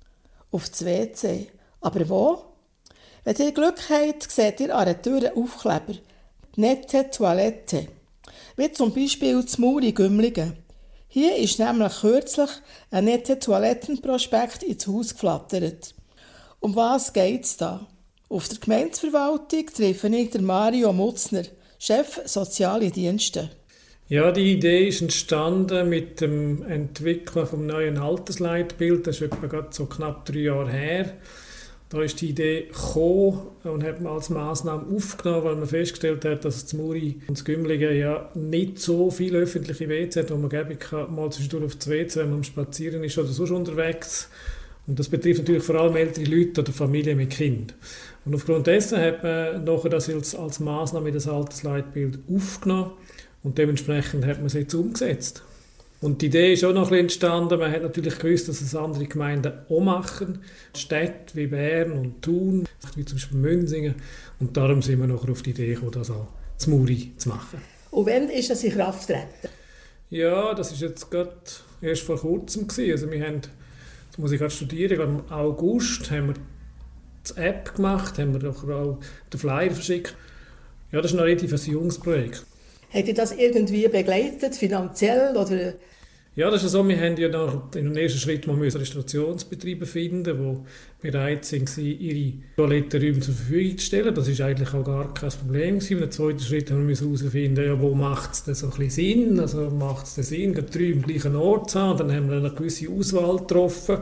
Auf das WC. Aber wo? Wenn ihr Glück habt, seht ihr an der Tür einen Aufkleber. Nette Toilette. Wie zum Beispiel zu Muri Gümligen. Hier ist nämlich kürzlich ein netter Toilettenprospekt ins Haus geflattert. Um was geht's da? Auf der Gemeindeverwaltung treffe ich den Mario Mutzner, Chef Soziale Dienste. Ja, die Idee ist entstanden mit dem Entwickeln des neuen Altersleitbild. Das ist etwa gerade so knapp 3 Jahre her. Da ist die Idee gekommen und hat man als Massnahme aufgenommen, weil man festgestellt hat, dass es in Muri und in Gümligen ja nicht so viele öffentliche WC hat, wo man mal zwischendurch auf das WC, wenn man am Spazieren ist oder sonst unterwegs. Und das betrifft natürlich vor allem ältere Leute oder Familien mit Kindern. Und aufgrund dessen hat man nachher das als Massnahme in das Altersleitbild aufgenommen und dementsprechend hat man es jetzt umgesetzt. Und die Idee ist auch noch ein bisschen entstanden. Man hat natürlich gewusst, dass es andere Gemeinden auch machen. Städte wie Bern und Thun, wie zum Beispiel Münsingen. Und darum sind wir nachher auf die Idee gekommen, das auch in Muri zu machen. Und wann ist das in Kraft getreten? Ja, das war jetzt gerade erst vor kurzem gewesen. Also wir haben, das muss ich gerade studieren, im August haben wir die App gemacht, haben wir doch auch den Flyer verschickt. Ja, das ist noch relativ ein junges Projekt. Habt ihr das irgendwie begleitet, finanziell? Oder? Ja, das ist so. Wir haben ja in den ersten Schritt mal Restaurationsbetriebe finden, die bereit waren, ihre Toilettenräume zur Verfügung zu stellen. Das war eigentlich auch gar kein Problem. In einem zweiten Schritt haben wir herausfinden, ja, wo macht es denn so ein bisschen Sinn? Also macht es denn Sinn, 3 am gleichen Ort zu haben? Und dann haben wir eine gewisse Auswahl getroffen.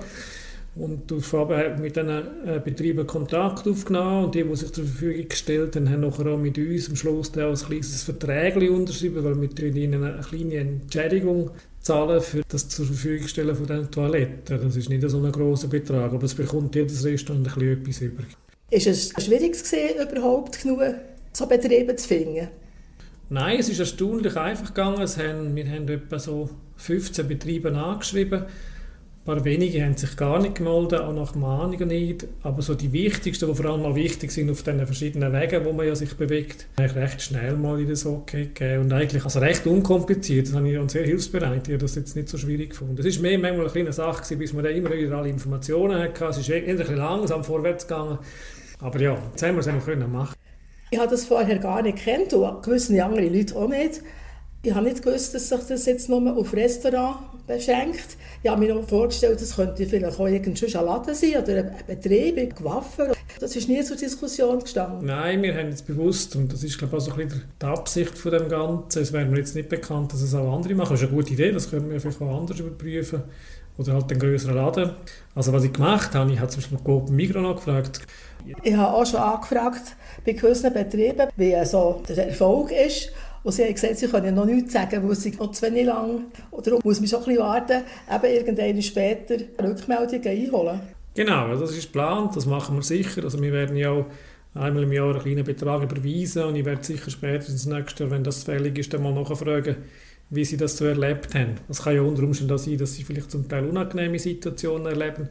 Und durch Fabian hat mit diesen Betrieben Kontakt aufgenommen und die sich zur Verfügung gestellt haben, haben nachher auch mit uns am Schluss auch ein kleines Verträgchen unterschrieben, weil wir ihnen eine kleine Entschädigung zahlen für das zur Verfügung stellen von diesen Toiletten. Das ist nicht so ein grosser Betrag, aber es bekommt jedes Restaurant ein bisschen etwas über. Ist es schwierig gewesen, überhaupt genug so Betriebe zu finden? Nein, es ist erstaunlich einfach gegangen. Wir haben etwa so 15 Betriebe angeschrieben. Ein paar wenige haben sich gar nicht gemeldet, auch nach Mahnungen nicht. Aber so die wichtigsten, die vor allem auch wichtig sind auf diesen verschiedenen Wegen, wo man ja sich bewegt, habe ich recht schnell mal in das Okay gegeben. Und eigentlich also recht unkompliziert. Das habe ich sehr hilfsbereit. Ich habe das jetzt nicht so schwierig gefunden. Es war manchmal eine kleine Sache gewesen, bis man dann immer wieder alle Informationen hatte. Es ist ein bisschen langsam vorwärts gegangen. Aber ja, jetzt haben wir es auch können machen. Ich habe das vorher gar nicht gekannt und gewisse andere Leute auch nicht. Ich habe nicht gewusst, dass sich das jetzt nur auf Restaurant beschränkt. Ich habe mir noch vorgestellt, das könnte vielleicht auch ein Laden sein oder ein Betrieb, ein Coiffeur. Das ist nie zur Diskussion gestanden. Nein, wir haben jetzt bewusst, und das ist glaube ich auch so ein bisschen die Absicht von dem Ganzen, es wäre mir jetzt nicht bekannt, dass es auch andere machen. Das ist eine gute Idee, das können wir vielleicht auch anders überprüfen. Oder halt einen grösseren Laden. Also was ich gemacht habe, ich habe zum Beispiel Coop Migros noch gefragt. Ich habe auch schon angefragt bei gewissen Betrieben, wie so der Erfolg ist. Und sie haben gesagt, sie können noch nichts sagen, weil sie noch zu wenig lang. Oder muss man schon ein bisschen warten, eben irgendwann später Rückmeldungen einholen. Genau, das ist geplant, das machen wir sicher. Also wir werden ja auch einmal im Jahr einen kleinen Betrag überweisen und ich werde sicher spätestens nächstes Jahr, wenn das fällig ist, dann mal nachfragen, wie sie das so erlebt haben. Es kann ja unter Umständen sein, dass sie vielleicht zum Teil unangenehme Situationen erleben.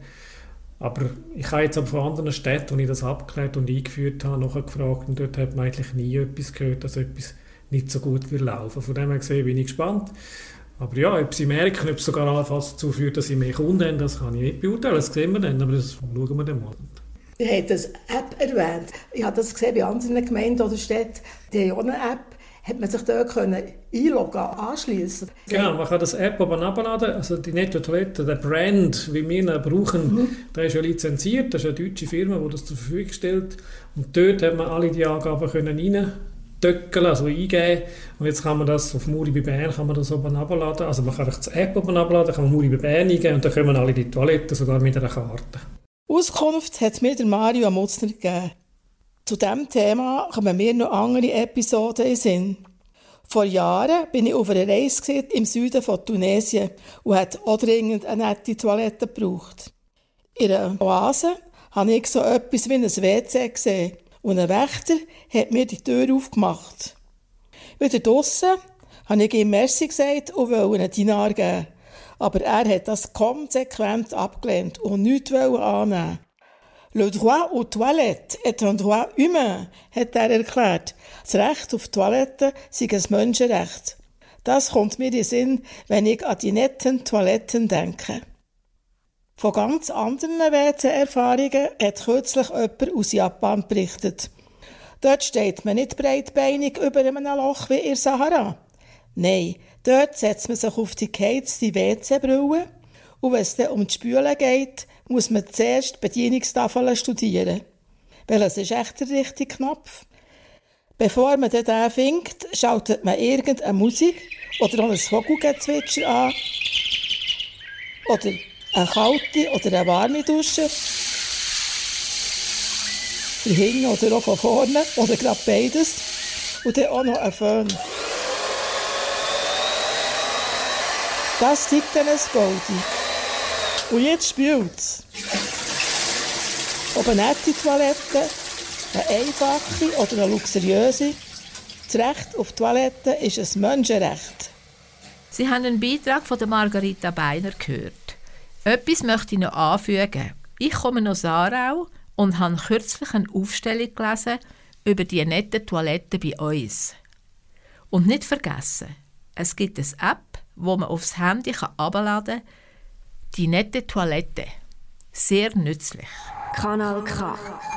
Aber ich habe jetzt aber von anderen Städten, wo ich das abgeklärt und eingeführt habe, nachgefragt und dort hat man eigentlich nie etwas gehört, dass etwas nicht so gut laufen. Von dem her gesehen bin ich gespannt. Aber ja, ob sie merken, ob es sogar allenfalls dazu führt, dass sie mehr Kunden haben, das kann ich nicht beurteilen. Das sehen wir dann, aber das schauen wir dann mal. Ihr habt das App erwähnt. Ich habe das gesehen bei anderen Gemeinden oder Städten. Die haben auch eine App. Hat man sich dort einloggen, anschließen? Genau, man kann das App oben abladen. Also die Netto Toilette, der Brand, wie wir ihn brauchen, der ist ja lizenziert. Das ist eine deutsche Firma, die das zur Verfügung stellt. Und dort hat man alle die Angaben reintöckeln, also eingeben. Und jetzt kann man das auf Muri bei Bern kann man das oben abladen. Also man kann das App oben abladen, kann man Muri bei Bern eingeben und dann kommen alle die Toiletten, sogar mit einer Karte. Auskunft hat mir der Mario Mutzner gegeben. Zu diesem Thema kommen mir noch andere Episoden in den Sinn. Vor Jahren bin ich auf einer Reise im Süden von Tunesien und hatte auch dringend eine nette Toilette gebraucht. In einer Oase habe ich so etwas wie ein WC gesehen und ein Wächter hat mir die Tür aufgemacht. Wieder draussen habe ich ihm Merci gesagt und wollte einen Dinar geben. Aber er hat das konsequent abgelehnt und nichts annehmen. Le droit aux toilettes est un droit humain, hat er erklärt. Das Recht auf Toiletten sei ein Menschenrecht. Das kommt mir in den Sinn, wenn ich an die netten Toiletten denke. Von ganz anderen WC-Erfahrungen hat kürzlich jemand aus Japan berichtet. Dort steht man nicht breitbeinig über einem Loch wie in der Sahara. Nein, dort setzt man sich auf die geheizte WC-Brille und wenn es dann um die Spüle geht, muss man zuerst die Bedienungstafeln studieren. Welches ist echt der richtige Knopf? Bevor man den findet, schaltet man irgendeine Musik oder noch ein Vogelgezwitscher an oder eine kalte oder eine warme Dusche. Von hinten oder auch von vorne oder gerade beides. Und dann auch noch ein Föhn. Das zeigt dann ein Goldi. Und jetzt spielt es. Ob eine nette Toilette, eine einfache oder eine luxuriöse, das Recht auf Toilette ist ein Menschenrecht. Sie haben einen Beitrag von der Margarita Beiner gehört. Etwas möchte ich noch anfügen. Ich komme aus Aarau und habe kürzlich eine Aufstellung gelesen über die netten Toiletten bei uns. Und nicht vergessen, es gibt eine App, wo man aufs Handy herunterladen kann. Die nette Toilette. Sehr nützlich. Kanal K.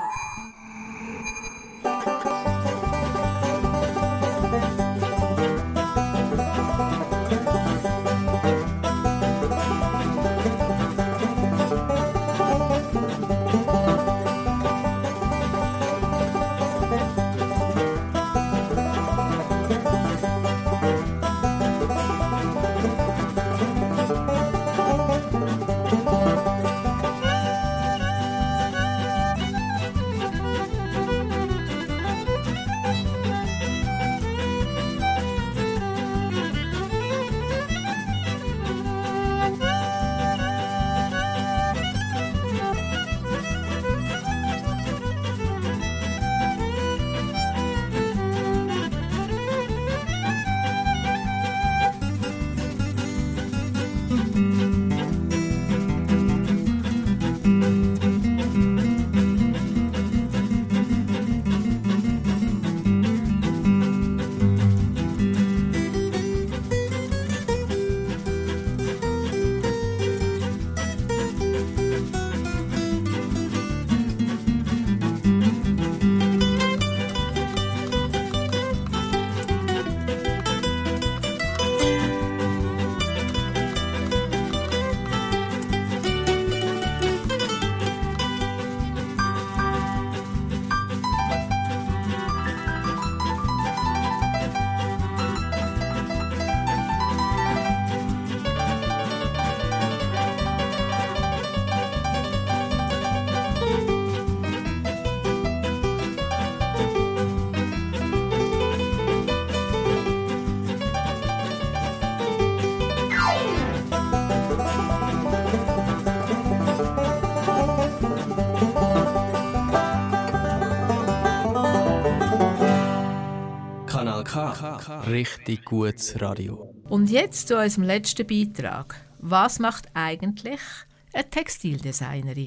Richtig gutes Radio. Und jetzt zu unserem letzten Beitrag. Was macht eigentlich eine Textildesignerin?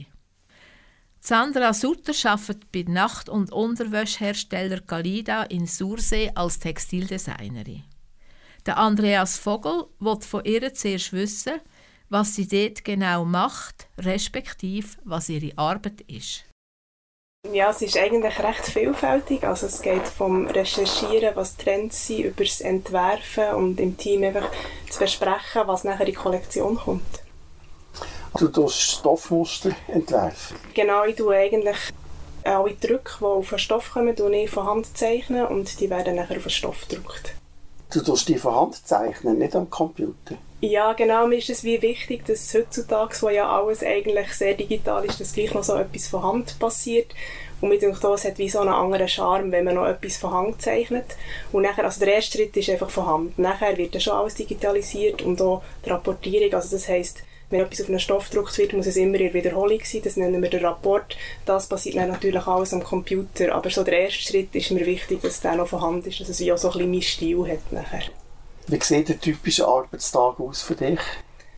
Sandra Sutter arbeitet bei Nacht- und Unterwäschehersteller Galida in Sursee als Textildesignerin. Der Andreas Vogel will von ihr zuerst wissen, was sie dort genau macht, respektive was ihre Arbeit ist. Ja, es ist eigentlich recht vielfältig. Also es geht vom Recherchieren, was Trends sind, über das Entwerfen und im Team einfach zu besprechen, was nachher in die Kollektion kommt. Du tust Stoffmuster entwerfen? Genau, ich tue eigentlich alle Drücke, die auf den Stoff kommen, ich von Hand zeichnen und die werden nachher auf den Stoff gedruckt. Du tust die von Hand zeichnen, nicht am Computer? Ja, genau. Mir ist es wie wichtig, dass heutzutage, wo ja alles eigentlich sehr digital ist, dass gleich noch so etwas von Hand passiert. Und mir denke, es hat wie so einen anderen Charme, wenn man noch etwas von Hand zeichnet. Und nachher, also der erste Schritt ist einfach von Hand. Nachher wird dann schon alles digitalisiert und auch die Rapportierung. Also das heisst, wenn etwas auf einen Stoff gedruckt wird, muss es immer in Wiederholung sein. Das nennen wir den Rapport. Das passiert dann natürlich alles am Computer. Aber so der erste Schritt ist mir wichtig, dass der noch von Hand ist, dass es wie auch so ein bisschen meinen Stil hat nachher. Wie sieht der typische Arbeitstag aus für dich?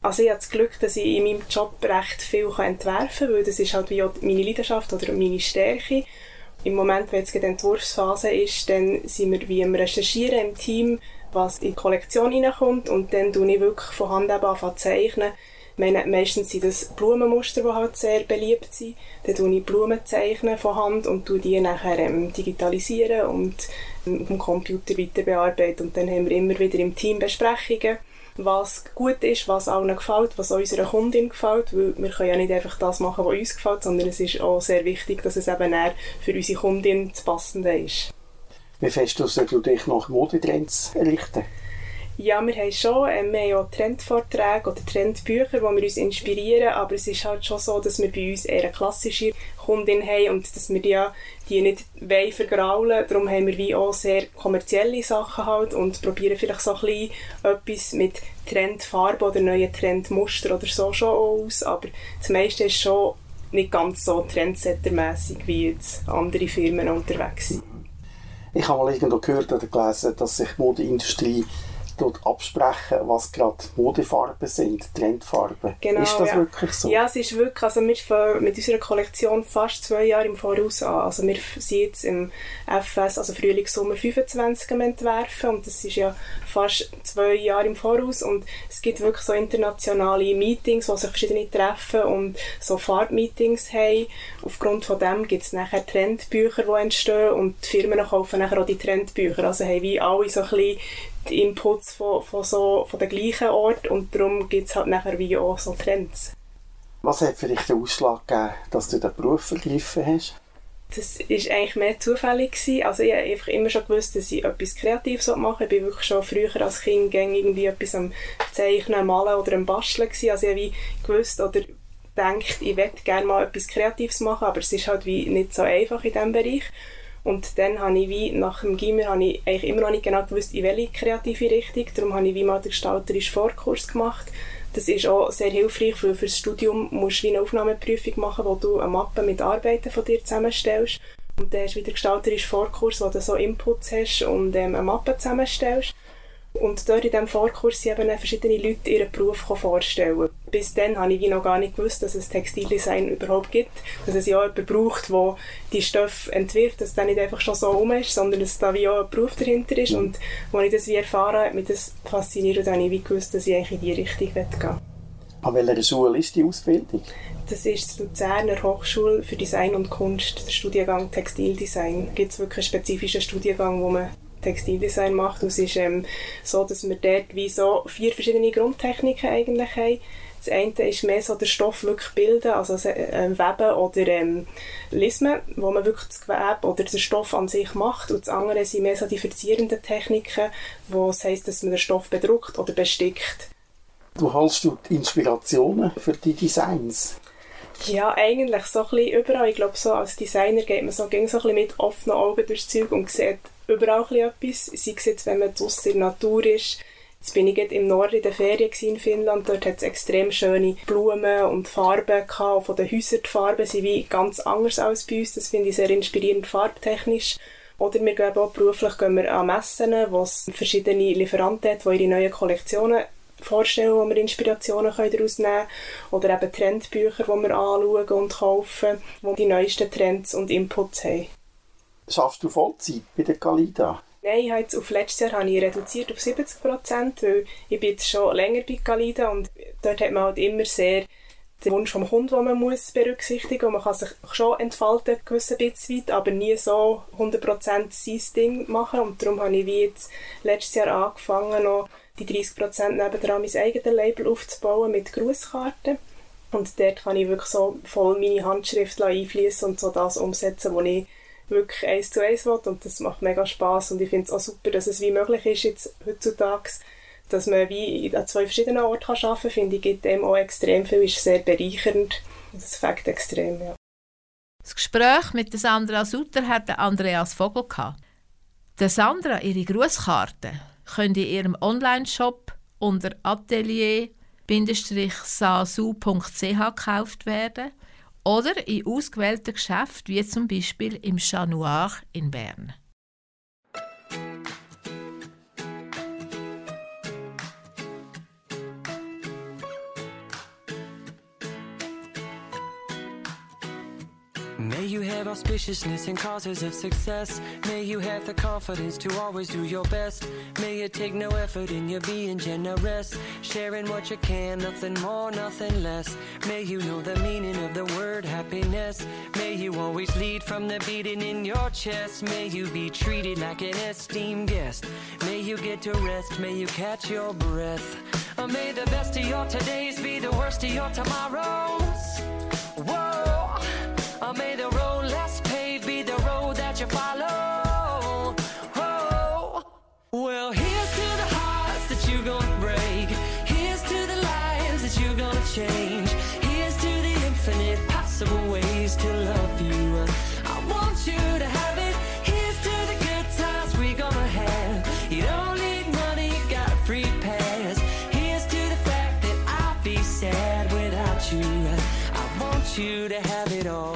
Also ich habe das Glück, dass ich in meinem Job recht viel entwerfen kann, weil das ist halt wie auch meine Leidenschaft oder meine Stärke. Im Moment, wenn jetzt die Entwurfsphase ist, dann sind wir wie am Recherchieren im Team, was in die Kollektion reinkommt, und dann tue ich wirklich von Hand an zu zeichnen. Meistens sind das Blumenmuster, die halt sehr beliebt sind. Dann zeichne ich Blumen von Hand und die nachher digitalisieren und auf dem Computer weiter bearbeiten. Und dann haben wir immer wieder im Team Besprechungen, was gut ist, was allen gefällt, was auch unserer Kundin gefällt, weil wir können ja nicht einfach das machen, was uns gefällt, sondern es ist auch sehr wichtig, dass es eben für unsere Kundin das Passende ist. Wie fest du dich nach Modetrends richten? Ja, wir haben schon wir haben ja Trendvorträge oder Trendbücher, wo wir uns inspirieren, aber es ist halt schon so, dass wir bei uns eher eine klassische Kundin haben und dass wir die nicht vergraulen. Darum haben wir wie auch sehr kommerzielle Sachen halt und probieren vielleicht so ein bisschen etwas mit Trendfarbe oder neuen Trendmuster oder so schon aus, aber das meiste ist schon nicht ganz so trendsettermässig, wie jetzt andere Firmen unterwegs sind. Ich habe mal irgendwo gehört oder gelesen, dass sich die Modeindustrie absprechen, was gerade Modefarben sind, Trendfarben. Genau, ist das wirklich so? Ja, es ist wirklich, also wir fangen mit unserer Kollektion fast 2 Jahre im Voraus an. Also wir sind jetzt im FS, also Frühling, Sommer 25 am Entwerfen und das ist ja fast 2 Jahre im Voraus und es gibt wirklich so internationale Meetings, wo sich verschiedene treffen und so Farbmeetings haben. Aufgrund von dem gibt es nachher Trendbücher, die entstehen und die Firmen kaufen nachher auch die Trendbücher. Also haben wir alle so ein bisschen die Inputs von den gleichen Orten und darum gibt es halt nachher wie auch so Trends. Was hat für dich den Ausschlag gegeben, dass du den Beruf ergriffen hast? Das war eigentlich mehr zufällig gewesen. Also ich habe einfach immer schon gewusst, dass ich etwas Kreatives machen will. Ich war wirklich schon früher als Kind irgendwie etwas am Zeichnen, Malen oder am Basteln gewesen. Also ich habe wie gewusst oder gedacht, ich möchte gerne mal etwas Kreatives machen, aber es ist halt wie nicht so einfach in diesem Bereich. Und dann habe ich wie nach dem Gimmer eigentlich immer noch nicht genau gewusst, in welche kreative Richtung. Darum habe ich wie mal den gestalterischen Vorkurs gemacht. Das ist auch sehr hilfreich, weil für das Studium musst du wie eine Aufnahmeprüfung machen, wo du eine Mappe mit Arbeiten von dir zusammenstellst. Und dann hast du wieder den gestalterischen Vorkurs, wo du so Inputs hast und eine Mappe zusammenstellst. Und dort in diesem Vorkurs sind eben verschiedene Leute ihren Beruf vorstellen. Bis dann habe ich wie noch gar nicht gewusst, dass es Textildesign überhaupt gibt. Dass es ja jemanden braucht, der die Stoffe entwirft, dass das nicht einfach schon so rum ist, sondern dass da wie auch ein Beruf dahinter ist. Und als ich das wie erfahren habe, hat mich das fasziniert und dann habe ich wie gewusst, dass ich eigentlich in diese Richtung gehen will. An welcher Schule ist die Ausbildung? Das ist die Luzerner Hochschule für Design und Kunst, der Studiengang Textildesign. Da gibt es wirklich einen spezifischen Studiengang, wo man Textildesign macht. Und es ist so, dass wir dort wie so 4 verschiedene Grundtechniken eigentlich haben. Das eine ist mehr so der Stoff wirklich bilden, also Weben oder Lismen, wo man wirklich das Gewebe oder den Stoff an sich macht. Und das andere sind mehr so die verzierenden Techniken, wo es heisst, dass man den Stoff bedruckt oder bestickt. Du holst du die Inspirationen für die Designs? Ja, eigentlich so ein bisschen überall. Ich glaube, so als Designer geht man so ein bisschen mit offenen Augen durchs Zeug und sieht überall etwas. Sei es jetzt, wenn man draussen in der Natur ist. Jetzt bin ich im Norden in der Ferien in Finnland. Dort hat es extrem schöne Blumen und Farben gehabt. Von den Häusern die Farben sind wie ganz anders als bei uns. Das finde ich sehr inspirierend farbtechnisch. Oder wir gehen auch beruflich an Messen, wo es verschiedene Lieferanten hat, die ihre neuen Kollektionen vorstellen, wo wir Inspirationen daraus nehmen können. Oder eben Trendbücher, die wir anschauen und kaufen, die die neuesten Trends und Inputs haben. Schaffst du Vollzeit bei der Galida? Nein, auf letztes Jahr habe ich reduziert auf 70%, weil ich bin jetzt schon länger bei Galida und dort hat man halt immer sehr den Wunsch vom Kunden, den man muss berücksichtigen muss. Man kann sich schon entfalten, ein gewisses bisschen weit, aber nie so 100% sein Ding machen. Und darum habe ich wie jetzt letztes Jahr angefangen, noch die 30% nebendran mein eigenes Label aufzubauen mit Grußkarten. Und dort kann ich wirklich so voll meine Handschrift einfließen und so das umsetzen, was ich wirklich 1:1 will. Und das macht mega Spass. Und ich finde es auch super, dass es wie möglich ist jetzt heutzutage, dass man wie an 2 verschiedenen Orten arbeiten kann. Finde ich, gibt dem auch extrem viel, ist sehr bereichernd. Und das fängt extrem, ja. Das Gespräch mit Sandra Sutter hat Andreas Vogel gehabt. Sandra, ihre Grußkarte könnt ihr in ihrem Online-Shop unter atelier-sasu.ch gekauft werden oder in ausgewählten Geschäften, wie zum Beispiel im Chat Noir in Bern. May you have auspiciousness and causes of success. May you have the confidence to always do your best. May you take no effort in your being generous, sharing what you can, nothing more, nothing less. May you know the meaning of the word happiness. May you always lead from the beating in your chest. May you be treated like an esteemed guest. May you get to rest, may you catch your breath. Or may the best of your todays be the worst of your tomorrows. Whoa. Or may the road less paved be the road that you follow. Oh, well, here's to the hearts that you're gonna break. Here's to the lives that you're gonna change. Here's to the infinite possible ways to love you. I want you to have it. Here's to the good times we're gonna have. You don't need money, you got a free pass. Here's to the fact that I'll be sad without you. I want you to have it all.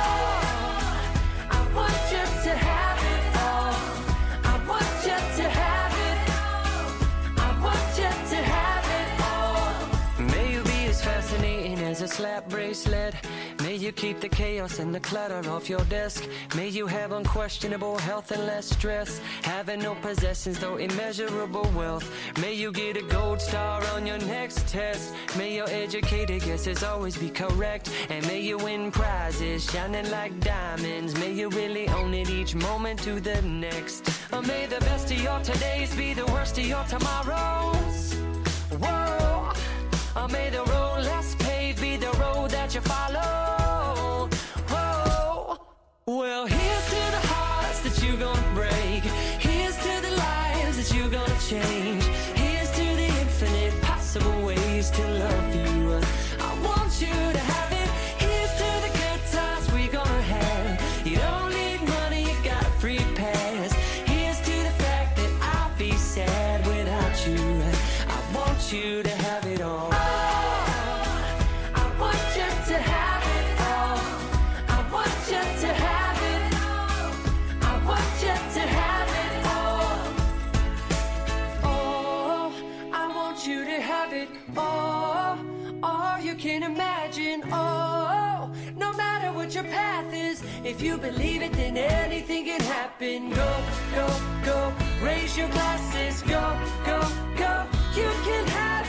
As a slap bracelet, may you keep the chaos and the clutter off your desk. May you have unquestionable health and less stress. Having no possessions, though immeasurable wealth. May you get a gold star on your next test. May your educated guesses always be correct. And may you win prizes shining like diamonds. May you really own it each moment to the next. Or may the best of your todays be the worst of your tomorrows. Whoa. Or may the road less paved be the road that you follow. Oh, well, here's to the hearts that you're gonna break. Here's to the lives that you're gonna change. Here's to the infinite possible ways to love you. I want you to have it. Here's to the good times we're gonna have. You don't need money, you got a free pass. Here's to the fact that I'll be sad without you. I want you to have it all. Can imagine, oh, no matter what your path is, if you believe it, then anything can happen. Go, go, go, raise your glasses, go, go, go, you can have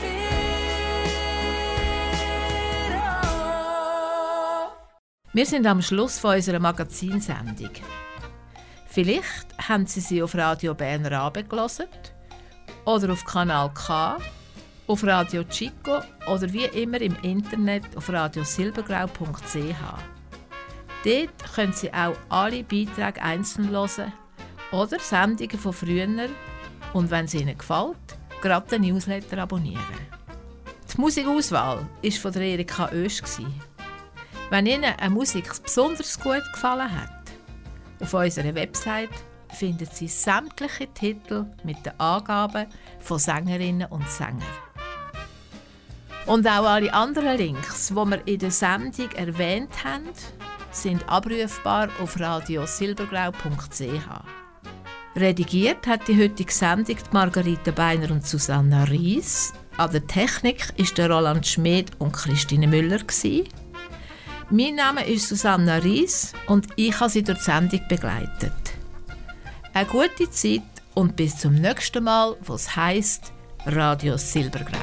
it all. Wir sind am Schluss von unserer Magazinsendung. Vielleicht haben Sie sie auf Radio Bern Rabe gehört oder auf Kanal K, auf Radio Chico oder wie immer im Internet auf radiosilbergrau.ch. Dort können Sie auch alle Beiträge einzeln hören oder Sendungen von früher und, wenn es Ihnen gefällt, gerade den Newsletter abonnieren. Die Musikauswahl war von der Erika Oesch. Wenn Ihnen eine Musik besonders gut gefallen hat, auf unserer Website finden Sie sämtliche Titel mit den Angaben von Sängerinnen und Sängern. Und auch alle anderen Links, die wir in der Sendung erwähnt haben, sind abrufbar auf radiosilbergrau.ch. Redigiert hat die heutige Sendung Margarita Beiner und Susanna Ries. An der Technik ist der Roland Schmid und Christine Müller. Mein Name ist Susanna Ries und ich habe Sie durch die Sendung begleitet. Eine gute Zeit und bis zum nächsten Mal, wo es heisst Radio Silbergrau.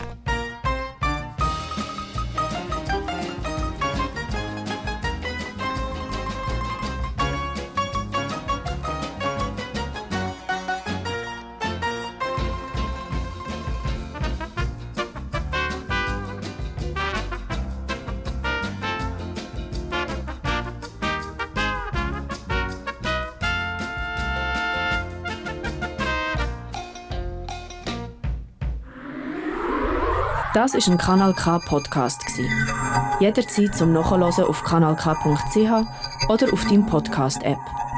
Das war ein Kanal K Podcast. Jederzeit zum Nachhören auf kanalk.ch oder auf deinem Podcast-App.